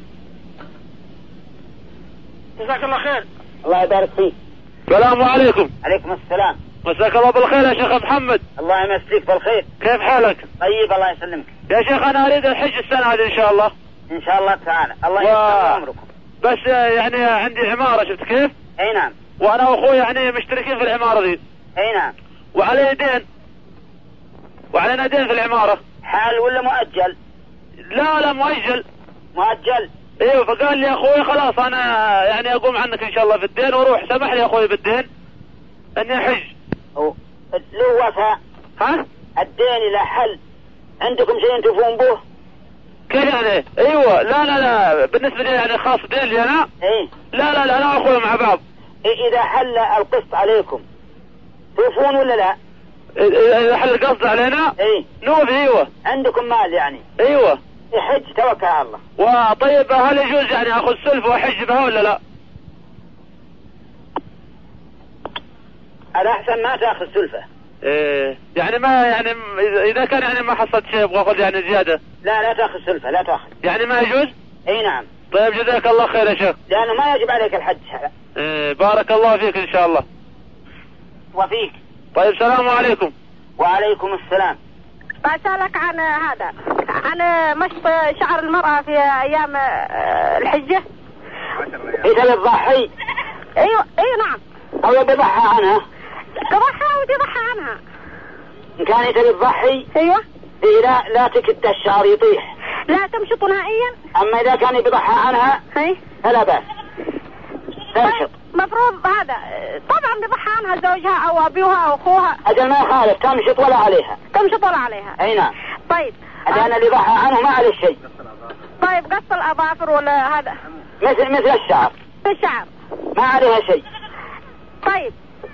جزاك الله خير. الله يبارك فيك. السلام عليكم. عليكم السلام. مساك الله بالخير يا شيخ محمد. الله يمسيك بالخير. كيف حالك؟ طيب الله يسلمك. يا شيخ انا اريد الحج السنة هذه ان شاء الله. ان شاء الله تعالى. الله يسلم عمركم. بس يعني عندي عمارة، شفت كيف؟ اي نعم. وانا واخوي يعني مشتركين في العمارة دي. اي نعم. وعلينا دين في العمارة. حال ولا مؤجل؟ لا مؤجل. مؤجل. ايوه. فقال لي يا اخوي خلاص انا يعني اقوم عنك ان شاء الله في الدين واروح، سمح لي يا اخوي بالدين اني احج. له وفاء. ها؟ الدين له حل. عندكم شيء تفون به؟ كيف يعني؟ ايوه. لا بالنسبة لي يعني خاص دين لي انا. ايه. لا انا واخوي مع بعض. اذا حل القسط عليكم توفون ولا لا؟ اذا حل القسط علينا ايه نوفي. ايوه. عندكم مال يعني؟ ايوه. يحج توكل على الله. وطيب هل يجوز يعني اخذ سلف واحج بها ولا لا؟ الاحسن ما تاخذ سلفة. ايه يعني ما يعني اذا كان يعني ما حصلت شيء ابغى اخذ يعني زيادة. لا تاخذ سلفة، لا تاخذ. يعني ما يجوز؟ اي نعم. طيب جزاك الله خير يا شيخ. لانه ما يجب عليك الحج. بارك الله فيك ان شاء الله. وفيك. طيب السلام عليكم. وعليكم السلام. بسألك عن هذا، عن مشط شعر المرأة في ايام الحجة. اذا تضحي. ايوه نعم. او يضحى عنها. تضحى وتضحى عنها. ان كان تضحي. ايوه. لا تكد الشعر يطيح. لا تمشط نهائيا. اما اذا كان يضحى عنها فلا بأس. تمشط. مفروض هذا طبعا بيضحى عنها زوجها او ابيها او اخوها. اجل ما يخالف، تمشط ولا عليها. تمشط ولا عليها. اي نعم. طيب اذا اللي ضحى عنه ما عليه شيء. طيب قص الاظافر ولا هذا مثل الشعر. الشعر ما عليها شيء. طيب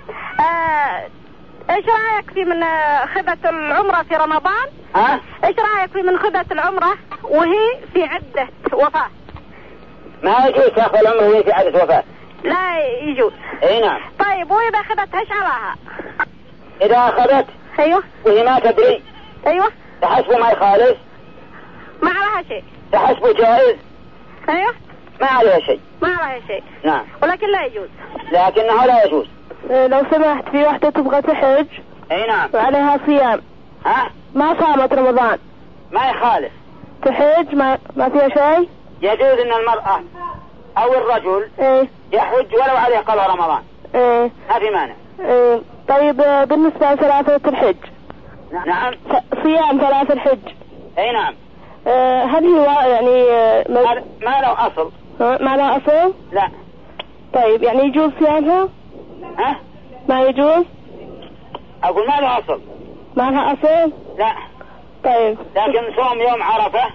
ايش رايك في من خذة العمرة في رمضان؟ ايش رايك في من خذة العمرة وهي في عدة وفاة؟ ما يجوز تاخذ العمرة وهي في عدة وفاة. لا يجوز. اي نعم. طيب واذا اخذتها ايش عليها؟ اذا اخذت ايوه وهي ما تدري ايوه تحسبه ما يخالف. ما عليها شيء. تحسبه جائز. ايوه ما عليها شيء. ما عليها شيء. نعم. ولكن لا يجوز. لكنه لا يجوز. لو سمحت، في واحدة تبغى تحج. اي نعم. وعليها صيام. ما صامت رمضان. ما يخالف. تحج ما فيها شيء. يجوز ان المرأة او الرجل يحج ولو عليه قضاء رمضان. ما في مانع. طيب بالنسبة لثلاثة الحج. نعم. صيام 3 الحج. اي نعم. هل هو يعني ما له اصل. ما له اصل. لا. طيب يعني يجوز صيامها؟ ما يجوز. اقول ما له اصل. ما لها اصل. لا. طيب لكن صوم يوم عرفة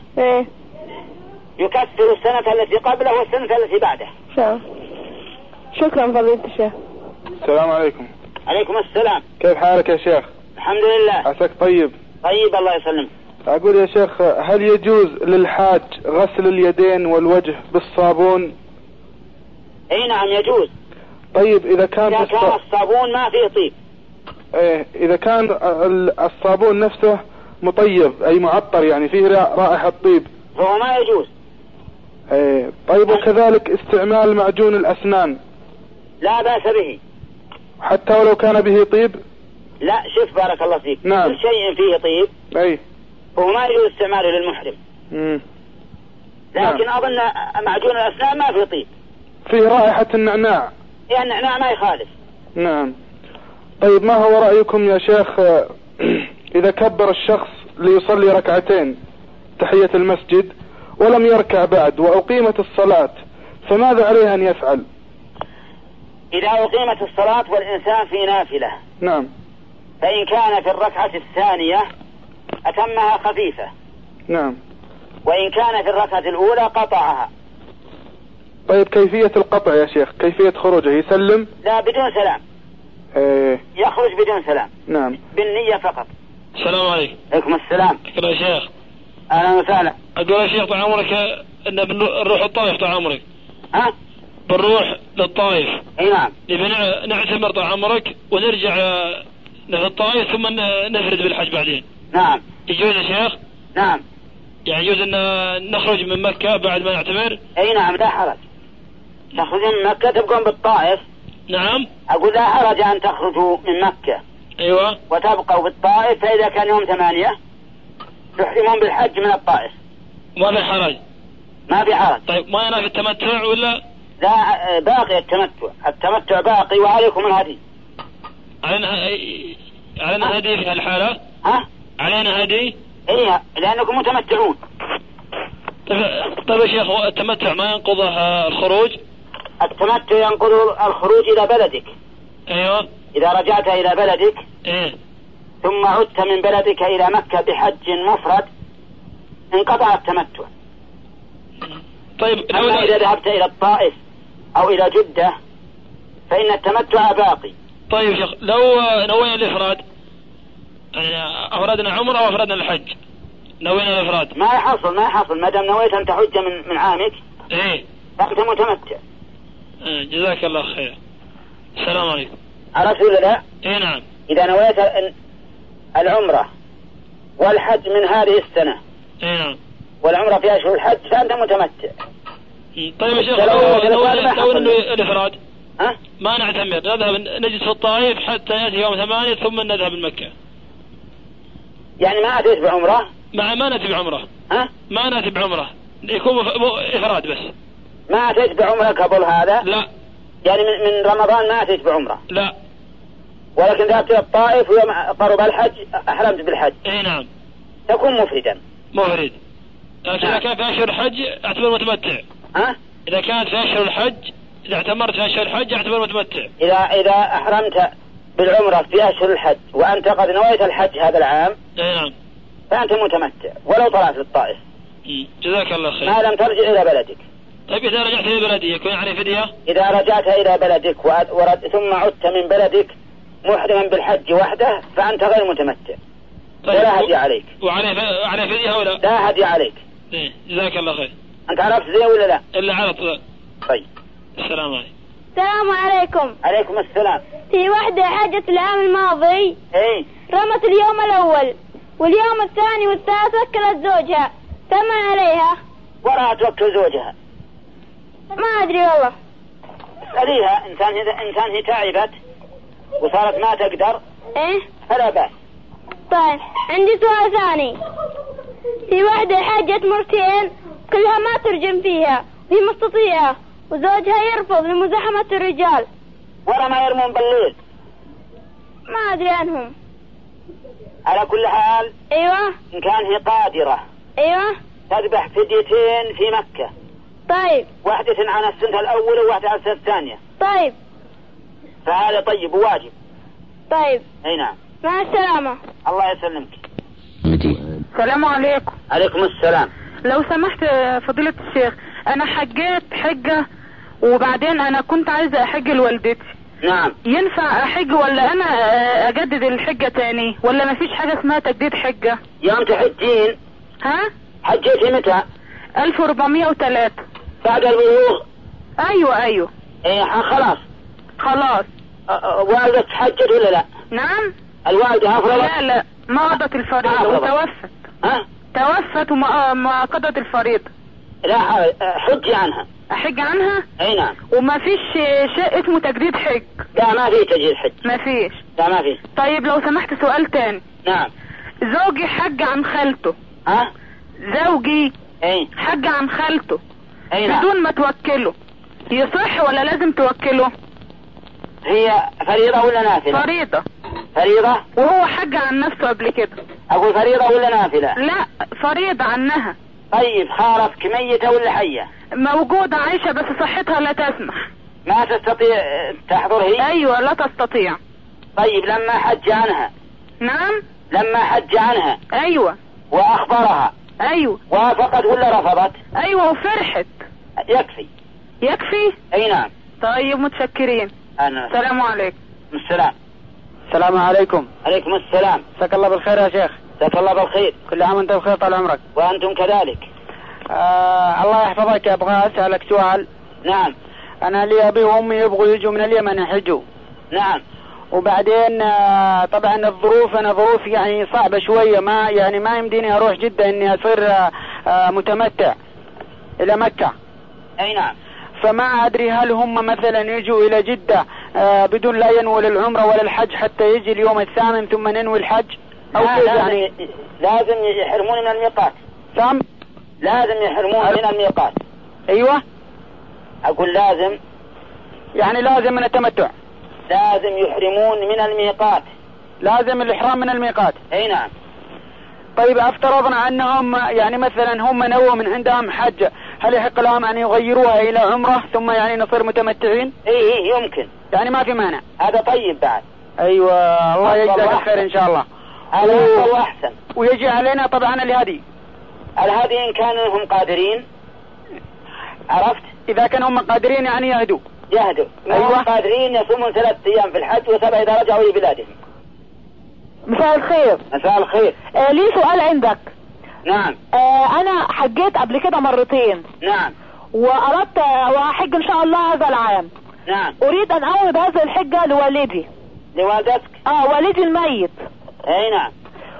يكفر السنة التي قبله والسنة التي بعده. شكرا فضيلة الشيخ. السلام عليكم. عليكم السلام. كيف حالك يا شيخ؟ الحمد لله. عساك طيب. طيب الله يسلمك. أقول يا شيخ، هل يجوز للحاج غسل اليدين والوجه بالصابون؟ اي نعم يجوز. طيب إذا كان الصابون ما فيه طيب. إذا كان الصابون نفسه مطيب أي معطر يعني فيه رائحة طيب فهو ما يجوز. طيب وكذلك استعمال معجون الأسنان لا بأس به حتى ولو كان به طيب؟ لا شوف بارك الله فيك. نعم. كل شيء فيه طيب فهو ما يجوز استعماله للمحرم. لكن أظن معجون الأسنان ما فيه طيب، فيه رائحة النعناع. يعني النعناع ما يخالف. نعم. طيب ما هو رأيكم يا شيخ إذا كبر الشخص ليصلي ركعتين تحية المسجد ولم يركع بعد وأقيمت الصلاة فماذا عليه أن يفعل؟ إذا أقيمت الصلاة والإنسان في نافلة نعم فإن كان في الركعة الثانية أتمها خفيفة. نعم. وإن كان في الركعة الأولى قطعها. طيب كيفية القطع يا شيخ؟ كيفية خروجه؟ يسلم؟ لا بدون سلام. يخرج بدون سلام. نعم. بالنية فقط. السلام عليكم. عليكم السلام. شكرا يا شيخ. أهلا وسهلا. أقول يا شيخ طال عمرك إن بنروح الطائف طال عمرك. ها؟ بنروح للطائف. اي نعم. نبي نعتمر طال عمرك ونرجع في الطائف ثم نفرد بالحج بعدين. نعم. يجوز يا شيخ؟ نعم. يعني يجوز أن نخرج من مكة بعد ما نعتمر؟ اي نعم لا حرج. تخرجون من مكة تبقون بالطائف. نعم. أقول لا حرج أن تخرجوا من مكة. أيوة. وتبقوا بالطائف فإذا كان يوم 8 تحرمون بالحج من الطائف. ما في حرج. ما في حرج. طيب ما ينافي التمتع ولا؟ لا باقي التمتع باقي وعليكم الهدي. علينا هدي في هالحالة؟ ها؟ علينا هدي؟ إيه لأنكم متمتعون. طيب يا شيخ التمتع ما ينقضه الخروج؟ التمتع ينقض الخروج إلى بلدك. أيوة. إذا رجعت إلى بلدك ثم عدت من بلدك إلى مكة بحج مفرد انقطع التمتع. طيب أما إذا ذهبت إلى الطائف أو إلى جدة فإن التمتع باقي. طيب شيخ لو نوينا الإفراد يعني أفردنا عمره أو أفردنا الحج نوينا الإفراد ما يحصل ما دام نويت أن تحج من عامك فأنت متمتع. جزاك الله خير. السلام عليكم. عرفت ولا لا؟ نعم. إذا نويت العمرة والحج من هذه السنة نعم والعمرة في أشهر الحج فأنت متمتع. طيب يا شيخ لو الإفراد ما نعتمر نذهب نجلس في الطائف حتى يأتي يوم 8 ثم نذهب لمكة. يعني ما أتيت بعمرة؟ ما نأتي بعمرة. ما نأتي بعمرة يكون إفراد بس. ما أتيت بعمرة قبل هذا؟ لا. يعني من رمضان ما أتيت بعمرة؟ لا. ولكن ذهبت إلى الطائف ويوم قرب الحج أحرمت بالحج. اي نعم. تكون مفردا. مفرد. لكن إذا كان في أشهر الحج أعتبر متمتع. إذا كانت في أشهر الحج إذا اعتمرت في أشهر الحج أعتبر متمتع. إذا أحرمت بالعمرة في أشهر الحج وأنت قد نويت الحج هذا العام نعم فأنت متمتع ولو طلعت للطائف. جزاك الله خير. ما لم ترجع إلى بلدك. طيب إذا رجعت إلى بلدي يكون علي فدية؟ إذا رجعت إلى بلدك ثم عدت من بلدك محرما بالحج وحده فأنت غير متمتع. طيب ولا هدي عليك. وعلي فدية ولا؟ لا هدي عليك. جزاك الله خير. أنت عرفت زي ولا لا؟ إلا عرفت. طيب. السلام عليكم. السلام عليكم. عليكم السلام. في وحدة حجت العام الماضي رمت اليوم الأول واليوم الثاني والثالث وكلت زوجها فما عليها؟ وراها توكل زوجها. ما أدري والله. اسأليها إنسان هي تعبت وصارت ما تقدر فلا بأس. طيب عندي سؤال ثاني. في وحدة حجت مرتين كلها ما ترجم فيها وهي مستطيعة وزوجها يرفض لمزاحمة الرجال. ورا ما يرمون بالليل. ما أدري عنهم. على كل حال إن كان هي قادرة تذبح فديتين في مكة. طيب. واحدة عن السنة الأولى وواحدة عن السنة الثانية. طيب. فهذا طيب وواجب. طيب. أي نعم. مع السلامة. الله يسلمك. السلام عليكم. عليكم السلام. لو سمحت فضيلة الشيخ أنا حجيت حجة وبعدين أنا كنت عايزة أحج لوالدتي. نعم. ينفع أحج ولا أنا أجدد الحجة تاني ولا ما فيش حاجة اسمها تجديد حجة؟ يوم تحجين حجيتي متى؟ 1403 بعد البلوغ. أيوة ايه خلاص والدة تحجد ولا لا؟ نعم. الوالدة أفرضت؟ لا ما قضت الفريضة وتوفت. توفت وما قضت الفريضة. لا حج عنها. احج عنها؟ اي نعم. وما فيش شيء اسمه تجديد حج؟ لا ما في تجديد حج. ما فيش. لا ما في. طيب لو سمحت سؤال تاني. نعم. زوجي حج عن خالته. زوجي حج عن خالته بدون ما توكله، يصح ولا لازم توكله؟ هي فريضة ولا نافلة؟ فريضة. وهو حج عن نفسه قبل كده. اقول فريضة ولا نافلة؟ لا فريضة عنها. طيب خالفك ميتة ولا حية؟ موجودة عايشة بس صحتها لا تسمح. ما تستطيع تحضر هي؟ ايوه لا تستطيع. طيب لما حج عنها. نعم. لما حج عنها. ايوه. واخبرها. ايوه. وافقت ولا رفضت؟ ايوه وفرحت. يكفي. اي نعم. طيب متشكرين. السلام عليكم. السلام عليكم. عليكم السلام. جزاك الله بالخير يا شيخ. جزاك الله بالخير. كل عام وانت بخير طال عمرك. وانتم كذلك. الله يحفظك. ابغى اسألك سؤال. نعم. انا لي ابي وامي يبغوا يجوا من اليمن يحجوا. نعم. وبعدين طبعا الظروف انا ظروف يعني صعبة شوية، ما يمديني اروح جدة اني اصير متمتع الى مكة. اي نعم. فما ادري هل هم مثلا يجوا الى جدة بدون لا ينوي للعمرة ولا الحج حتى يجي اليوم الثامن ثم ننوي الحج او كيف يعني؟ لازم يحرمون من الميقات. سام؟ لازم يحرمون من الميقات. ايوه. اقول لازم يعني لازم من التمتع. لازم يحرمون من الميقات. لازم الإحرام من الميقات. اي نعم. طيب افترضنا انهم يعني مثلا هم نووا من عندهم حج، هل يحق لهم ان يغيروها الى عمرة ثم يعني نصير متمتعين؟ اي يمكن. يعني ما في مانع. هذا طيب بعد. ايوه الله يجزاك الخير ان شاء الله. هذا افضل واحسن. ويجي علينا طبعا الهدي ان كانوا هم قادرين. عرفت؟ اذا كانوا هم قادرين يعني يهدوا. أيوة. قادرين يصومون 3 أيام في الحج و7 إذا رجعوا لبلادهم. مساء الخير. مساء الخير. لي سؤال عندك. نعم. أنا حجيت قبل كده مرتين. نعم. وأردت وأحج إن شاء الله هذا العام. نعم. أريد أن أعود هذه الحجة لوالدي. لوالدتك؟ والدي الميت. أي نعم.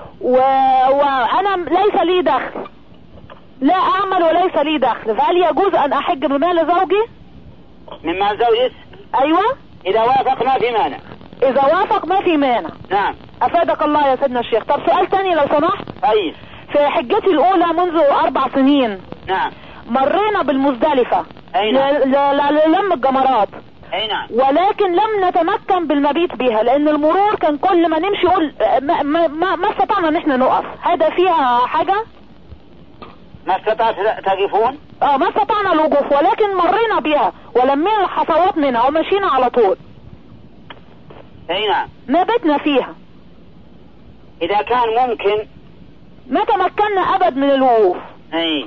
وأنا ليس لي دخل، لا أعمل وليس لي دخل، فهل يجوز أن أحج بمال زوجي؟ من مال زوجك؟ ايوه. اذا وافق ما في مانع. اذا وافق ما في مانع. نعم. افادك الله يا سيدنا الشيخ. طب سؤال تاني لو سمحت. طيب. في حجتي الاولى منذ 4 سنين. نعم. مرينا بالمزدلفة. اي نعم. للم الجمرات. اي نعم. ولكن لم نتمكن بالمبيت بها لان المرور كان كل ما نمشي يقول ما استطعنا ان احنا نقف. هذا فيها حاجة؟ ما استطعت تقفون؟ ما استطعنا الوقوف ولكن مرينا بها ولمينا الحصوات منها ومشينا على طول. اي نعم. ما بتنا فيها. اذا كان ممكن ما تمكنا ابد من الوقوف. اي.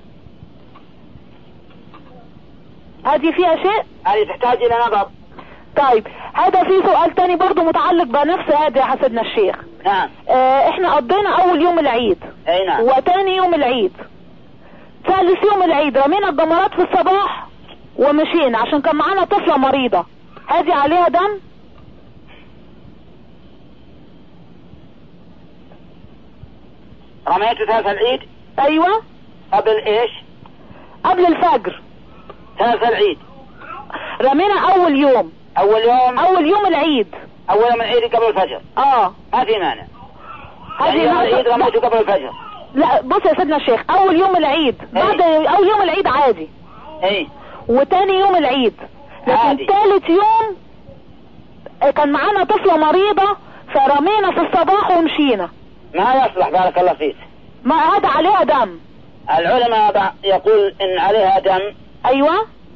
هذه فيها شيء؟ هذه تحتاج الى نظر. طيب هذا في سؤال تاني برضو متعلق بنفس هذا يا حسدنا الشيخ. نعم. احنا قضينا اول يوم العيد. اي نعم. وتاني يوم العيد، ثالث يوم العيد رمينا الجمرات في الصباح ومشينا عشان كان معانا طفلة مريضة. هذه عليها دم؟ رميتوا ثالث العيد؟ ايوه. قبل ايش؟ قبل الفجر. ثالث العيد رمينا اول يوم العيد. اول يوم العيد قبل الفجر. ما في مانع. يعني يوم العيد رميتوا قبل الفجر؟ لا بص يا سيدنا الشيخ، اول يوم العيد بعد اول يوم العيد عادي. اي. وتاني يوم العيد لكن ثالث يوم كان معانا طفلة مريضة فرمينا في الصباح ومشينا. ما يصلح بارك الله فيك. ما هذا عليها دم. العلماء يقول ان عليها دم. ايوه.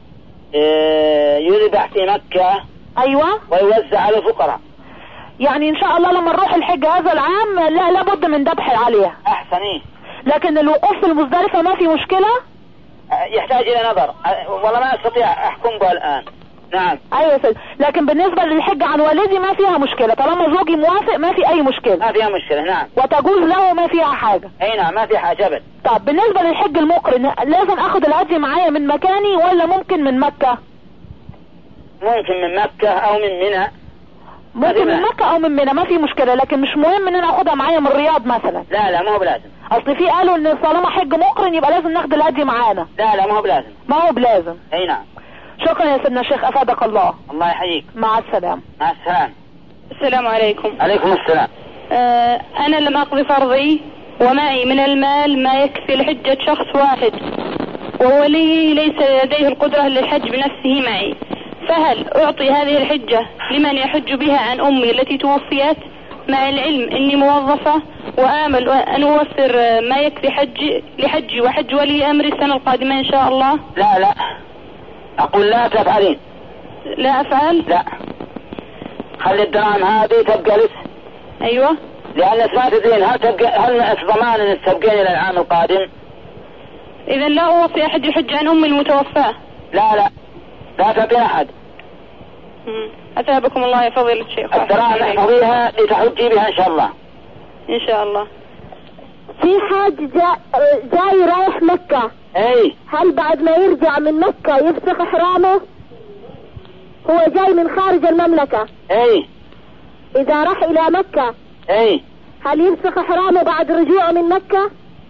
يذبح في مكة. ايوه. ويوزع على الفقراء. يعني ان شاء الله لما نروح الحج هذا العام لا بد من ذبح عليها. احسن. ايه. لكن الوقوف في المزدلفة ما في مشكلة؟ يحتاج الى نظر، والله ما استطيع احكم به الان. نعم. ايوه يا سيدي، لكن بالنسبة للحج عن والدي ما فيها مشكلة طالما زوجي موافق، ما في اي مشكلة. ما فيها مشكلة. نعم. وتجوز له ما فيها حاجة. اي نعم ما في حاجة ابدا. طب بالنسبة للحج المقرن لازم اخد الهدي معايا من مكاني ولا ممكن من مكة؟ ممكن من مكة او من منى. ممكن من مكة او من منى ما في مشكلة، لكن مش مهم ان انا اخدها معايا من الرياض مثلا. لا ما هو بلازم. اصل في قالوا ان طالما حج مقرن يبقى لازم ناخد الهدي معانا. لا ما هو بلازم. ما هو بلازم. اي نعم. شكرا يا سيدنا الشيخ، افادك الله. الله يحييك. مع السلامة. مع السلامة. السلام عليكم. عليكم السلام. انا لم اقضي فرضي ومعي من المال ما يكفي لحجة شخص واحد، ووليه ليس لديه القدرة للحج بنفسه معي، فهل اعطي هذه الحجة لمن يحج بها عن امي التي توفيت، مع العلم اني موظفة وامل ان اوفر ما يكفي لحجي وحج ولي امري السنة القادمة ان شاء الله؟ لا اقول لا تفعلين. لا افعل؟ لا، خلي الدراهم هذه تبقى لك. ايوه. لان ما تدرين هل ضمان ان تبقين الى العام القادم؟ اذا لا اوصي احد يحج عن امي المتوفاة. لا تعطين احد. اثابكم الله يا فضيلة الشيخ. الدراهم احفظيها لتحجي بها ان شاء الله. ان شاء الله. في حاج جاي رايح مكة. اي. هل بعد ما يرجع من مكة يفسخ احرامه؟ هو جاي من خارج المملكة. اي. اذا راح الى مكة. اي. هل يفسخ احرامه بعد رجوعه من مكة؟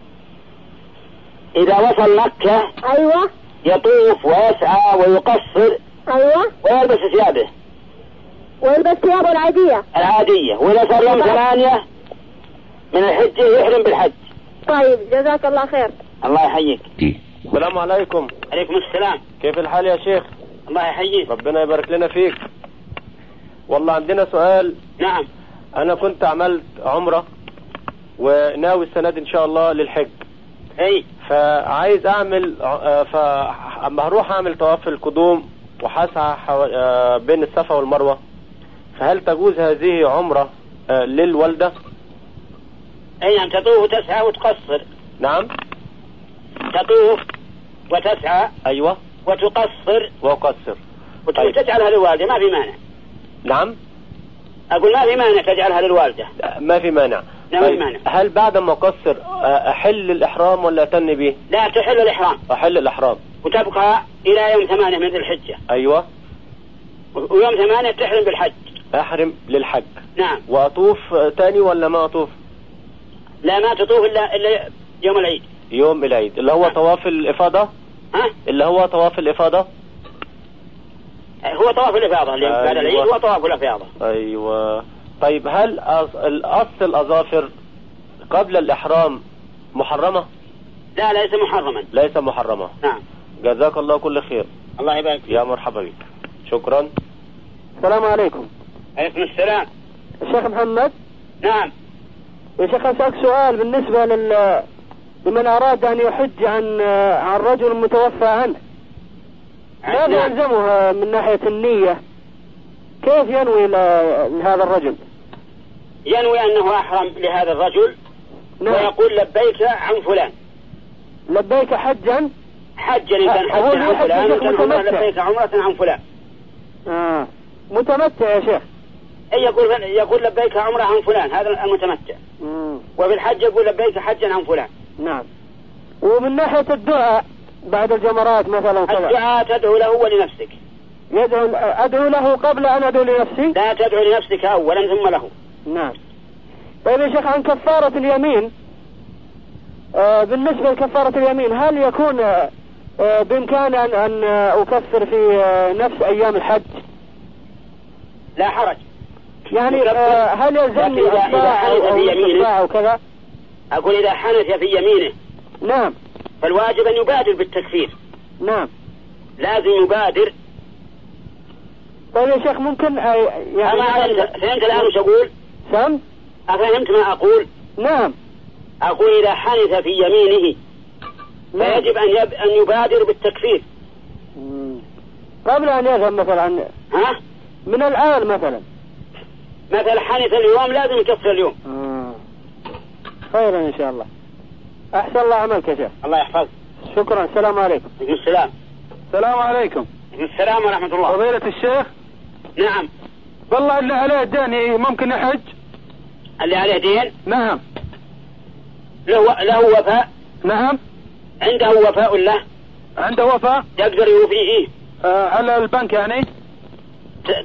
اذا وصل مكة. ايوه. يطوف ويسعى ويقصر. ايوه. ويلبس ثيابه. ويلبس ثيابه العادية. واذا صار يوم 8 من الحجة يحرم بالحج. طيب جزاك الله خير. الله يحييك. السلام عليكم. عليكم السلام. كيف الحال يا شيخ؟ الله يحييك. ربنا يبارك لنا فيك. والله عندنا سؤال. نعم. انا كنت عملت عمرة وناوي السنة دي ان شاء الله للحج. اي. فعايز اعمل اما هروح اعمل طواف القدوم وحسعى بين الصفا والمروة، فهل تجوز هذه عمرة للوالدة؟ اي نعم، تطوف وتسعى وتقصر. نعم. تطوف وتسعى. ايوه. وتقصر. وتجعلها للوالدة، ما في مانع. نعم. اقول ما في مانع تجعلها للوالدة. ما في مانع. طيب. مانع. هل بعد ما اقصر احل الاحرام ولا اتني به؟ لا، تحل الاحرام. احل الاحرام وتبقى الى يوم 8 من ذي الحجة. ايوه. ويوم 8 تحرم بالحج. احرم للحج. نعم. واطوف تاني ولا ما اطوف؟ لا، ما تطوف الا يوم العيد. يوم العيد اللي هو نعم. طواف الافاضة. اللي هو طواف الافاضة. هو طواف الافاضة اللي بعد العيد هو طواف الافاضة. ايوه. طيب هل القص الاظافر قبل الاحرام محرمة؟ لا، ليس محرما. ليس محرمة. نعم. جزاك الله كل خير. الله يبارك فيك. يا مرحبا بك. شكرا. السلام عليكم. عليكم السلام. الشيخ محمد. نعم. يا شيخ أسألك سؤال بالنسبة لمن أراد أن يحج عن رجل متوفى عنه، ماذا يلزمه من ناحية النية؟ كيف ينوي لهذا الرجل؟ ينوي أنه أحرم لهذا الرجل. نعم. ويقول لبيك عن فلان. لبيك حجا إن كان حجا عن فلان، لبيك عمرة عن فلان. متمتع يا شيخ. اي يقول لبيك عمرة عن فلان، هذا المتمتع. وفي الحج يقول لبيك حجا عن فلان. نعم. ومن ناحية الدعاء بعد الجمرات مثلا الدعاء تدعو له ولنفسك. أدعو له قبل أن أدعو لنفسي؟ لا، تدعو لنفسك أولا ثم له. نعم. طيب يا شيخ عن كفارة اليمين، بالنسبة لكفارة اليمين هل يكون بإمكاني أن أكفر في نفس أيام الحج؟ لا حرج. يعني هل يلزمني الصاع أو كذا؟ أقول إذا حنث في يمينه. نعم. فالواجب أن يبادر بالتكفير. نعم. لازم يبادر. طيب يا شيخ ممكن يعني فهمت الآن وش أقول؟ أفهمت ما أقول؟ نعم. أقول إذا حنث في يمينه فيجب أن يبادر بالتكفير قبل أن يذهب مثلا. من الآن مثلا حنث اليوم لازم يكفر اليوم. خيرا إن شاء الله. أحسن الله عملك يا شيخ. الله يحفظك. شكرا. السلام عليكم. السلام. السلام عليكم. السلام ورحمة الله. فضيلة الشيخ. نعم. والله اللي عليه دين ممكن يحج. اللي عليه دين. نعم. له وفاء. نعم. عنده وفاء له. عنده وفاء. يقدر يوفيه. على البنك يعني.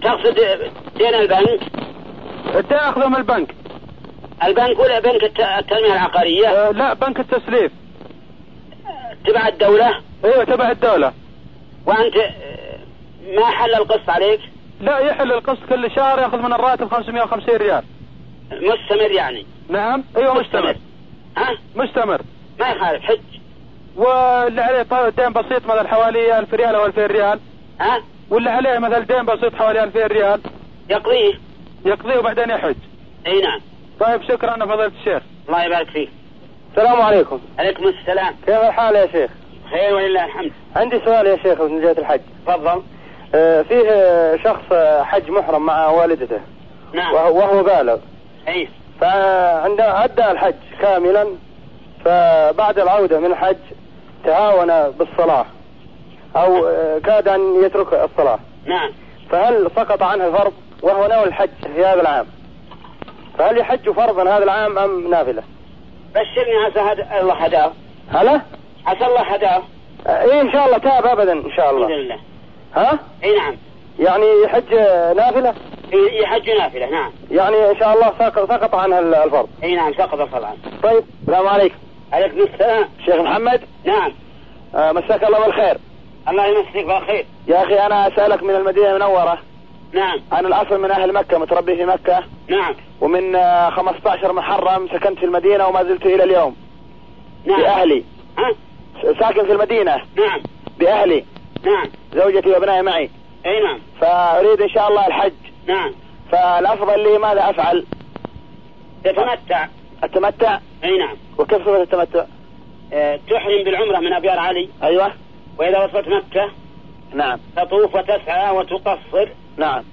تقصد دين البنك؟ تاخذه من البنك. البنك ولا بنك التنمية العقارية؟ لا، بنك التسليف. تبع الدولة؟ ايوه تبع الدولة. وانت ما حل القسط عليك؟ لا، يحل القسط كل شهر، ياخذ من الراتب 550 ريال. مستمر يعني؟ نعم ايوه مستمر. ها؟ مستمر. ما يخالف حج. واللي عليه دين بسيط مثلا حوالي 1000 ريال او 2000 ريال. ها؟ واللي عليه مثلا دين بسيط حوالي 2000 ريال يقضيه وبعدين يحج. اي نعم. طيب شكرا فضيلة الشيخ. الله يبارك فيك. السلام عليكم. عليكم السلام. كيف الحال يا شيخ؟ خير ولله الحمد. عندي سؤال يا شيخ من جهة الحج. تفضل. فيه شخص حج محرم مع والدته. نعم. وهو بالغ. اي. فعندما أدى الحج كاملا، فبعد العودة من الحج تهاون بالصلاة أو كاد أن يترك الصلاة. نعم. فهل سقط عنه الفرض وهو ناوي الحج في هذا العام؟ فهل يحج فرضا هذا العام أم نافلة؟ بشرني عسى الله هداه. هلا؟ عسى الله هداه. إيه إن شاء الله تاب أبدا إن شاء الله. الحمد لله. ها؟ اي نعم. يعني يحج نافلة؟ يحج نافلة نعم. يعني إن شاء الله سقط عنها الفرض. اي نعم سقط الفرض عنه. طيب السلام عليكم. عليكم السلام. شيخ محمد. نعم. مساك الله بالخير. الله يمسك بالخير. يا أخي أنا أسألك من المدينة المنورة. نعم. أنا الأصل من أهل مكة، متربي في مكة. نعم. ومن 15 محرم سكنت في المدينة وما زلت إلى اليوم. نعم. بأهلي. ها؟ ساكن في المدينة. نعم. بأهلي. نعم. زوجتي وابنائي معي. اي نعم. فأريد إن شاء الله الحج. نعم. فالأفضل لي ماذا أفعل؟ تتمتع. التمتع؟ اي نعم. وكيف صفة التمتع؟ تحرم بالعمرة من أبيار علي. أيوة. وإذا وصلت مكة. نعم. تطوف وتسعى وتقصر. نعم.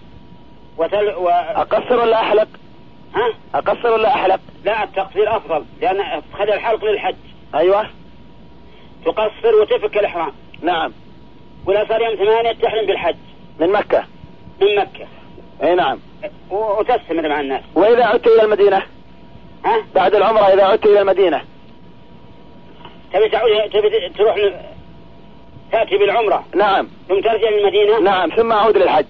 أقصر ولا أحلق؟ ها؟ أقصر ولا أحلق؟ لا التقصير أفضل، لأن تخلي الحلق للحج. أيوة. تقصر وتفك الإحرام. نعم. ولا صار يوم 8 تحرم بالحج. من مكة. من مكة. اي نعم. وتستمر مع الناس. وإذا عدت إلى المدينة؟ ها؟ بعد العمرة إذا عدت إلى المدينة. تبي تروح تأتي بالعمرة. نعم. ثم ترجع للمدينة. نعم ثم أعود للحج.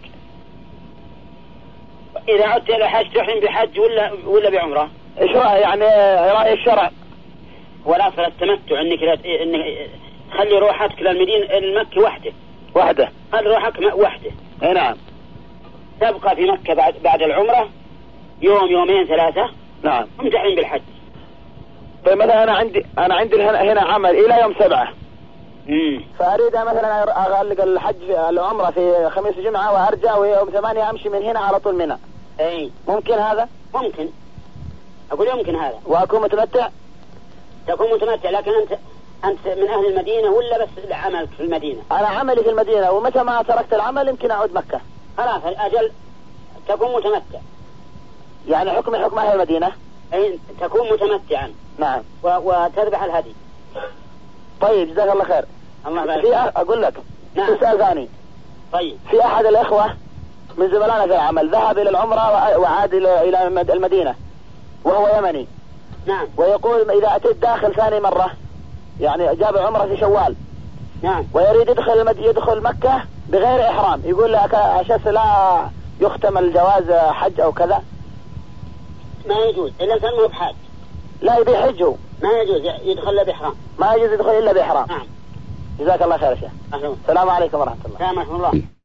إذا عدت إلى الحج تحرم بحج ولا بعمرة؟ إيش رأي يعني رأي الشرع؟ ولا صار التمتع إنك خلي روحك للمدينة المكة وحده. خلي روحك وحده. اي نعم. تبقى في مكة بعد العمرة يوم يومين 3. نعم. ثم تحرم بالحج. طيب مثلا أنا عندي هنا عمل إلى يوم 7. فأريد مثلا أغلق الحج في العمرة في خميس جمعة وأرجع ويوم 8 أمشي من هنا على طول منى. أي. ممكن هذا؟ ممكن. أقول يمكن هذا. وأكون متمتع؟ تكون متمتع، لكن أنت من أهل المدينة ولا بس عملك في المدينة؟ أنا عملي في المدينة، ومتى ما تركت العمل يمكن أعود مكة. خلاص أجل تكون متمتع. يعني حكم أهل المدينة؟ أي تكون متمتعا. نعم. وتذبح الهدي. طيب جزاك الله خير. الله يبارك. أقول لك. نعم. سؤال ثاني. طيب. في أحد الإخوة من زملائنا في العمل ذهب إلى العمرة وعاد إلى المدينة وهو يمني. نعم. ويقول إذا أتيت داخل ثاني مرة، يعني جاب عمرة في شوال. نعم. ويريد يدخل مكة بغير إحرام، يقول لك أشخاص لا يختم الجواز حج أو كذا. ما يجوز إلا كان مو بحاج. لا يبي حجه. ما يجوز يدخل بإحرام. ما يجوز يدخل إلا بإحرام. نعم. جزاك الله خير يا شيخ. أهلا. السلام عليكم ورحمة الله. السلام ورحمة الله.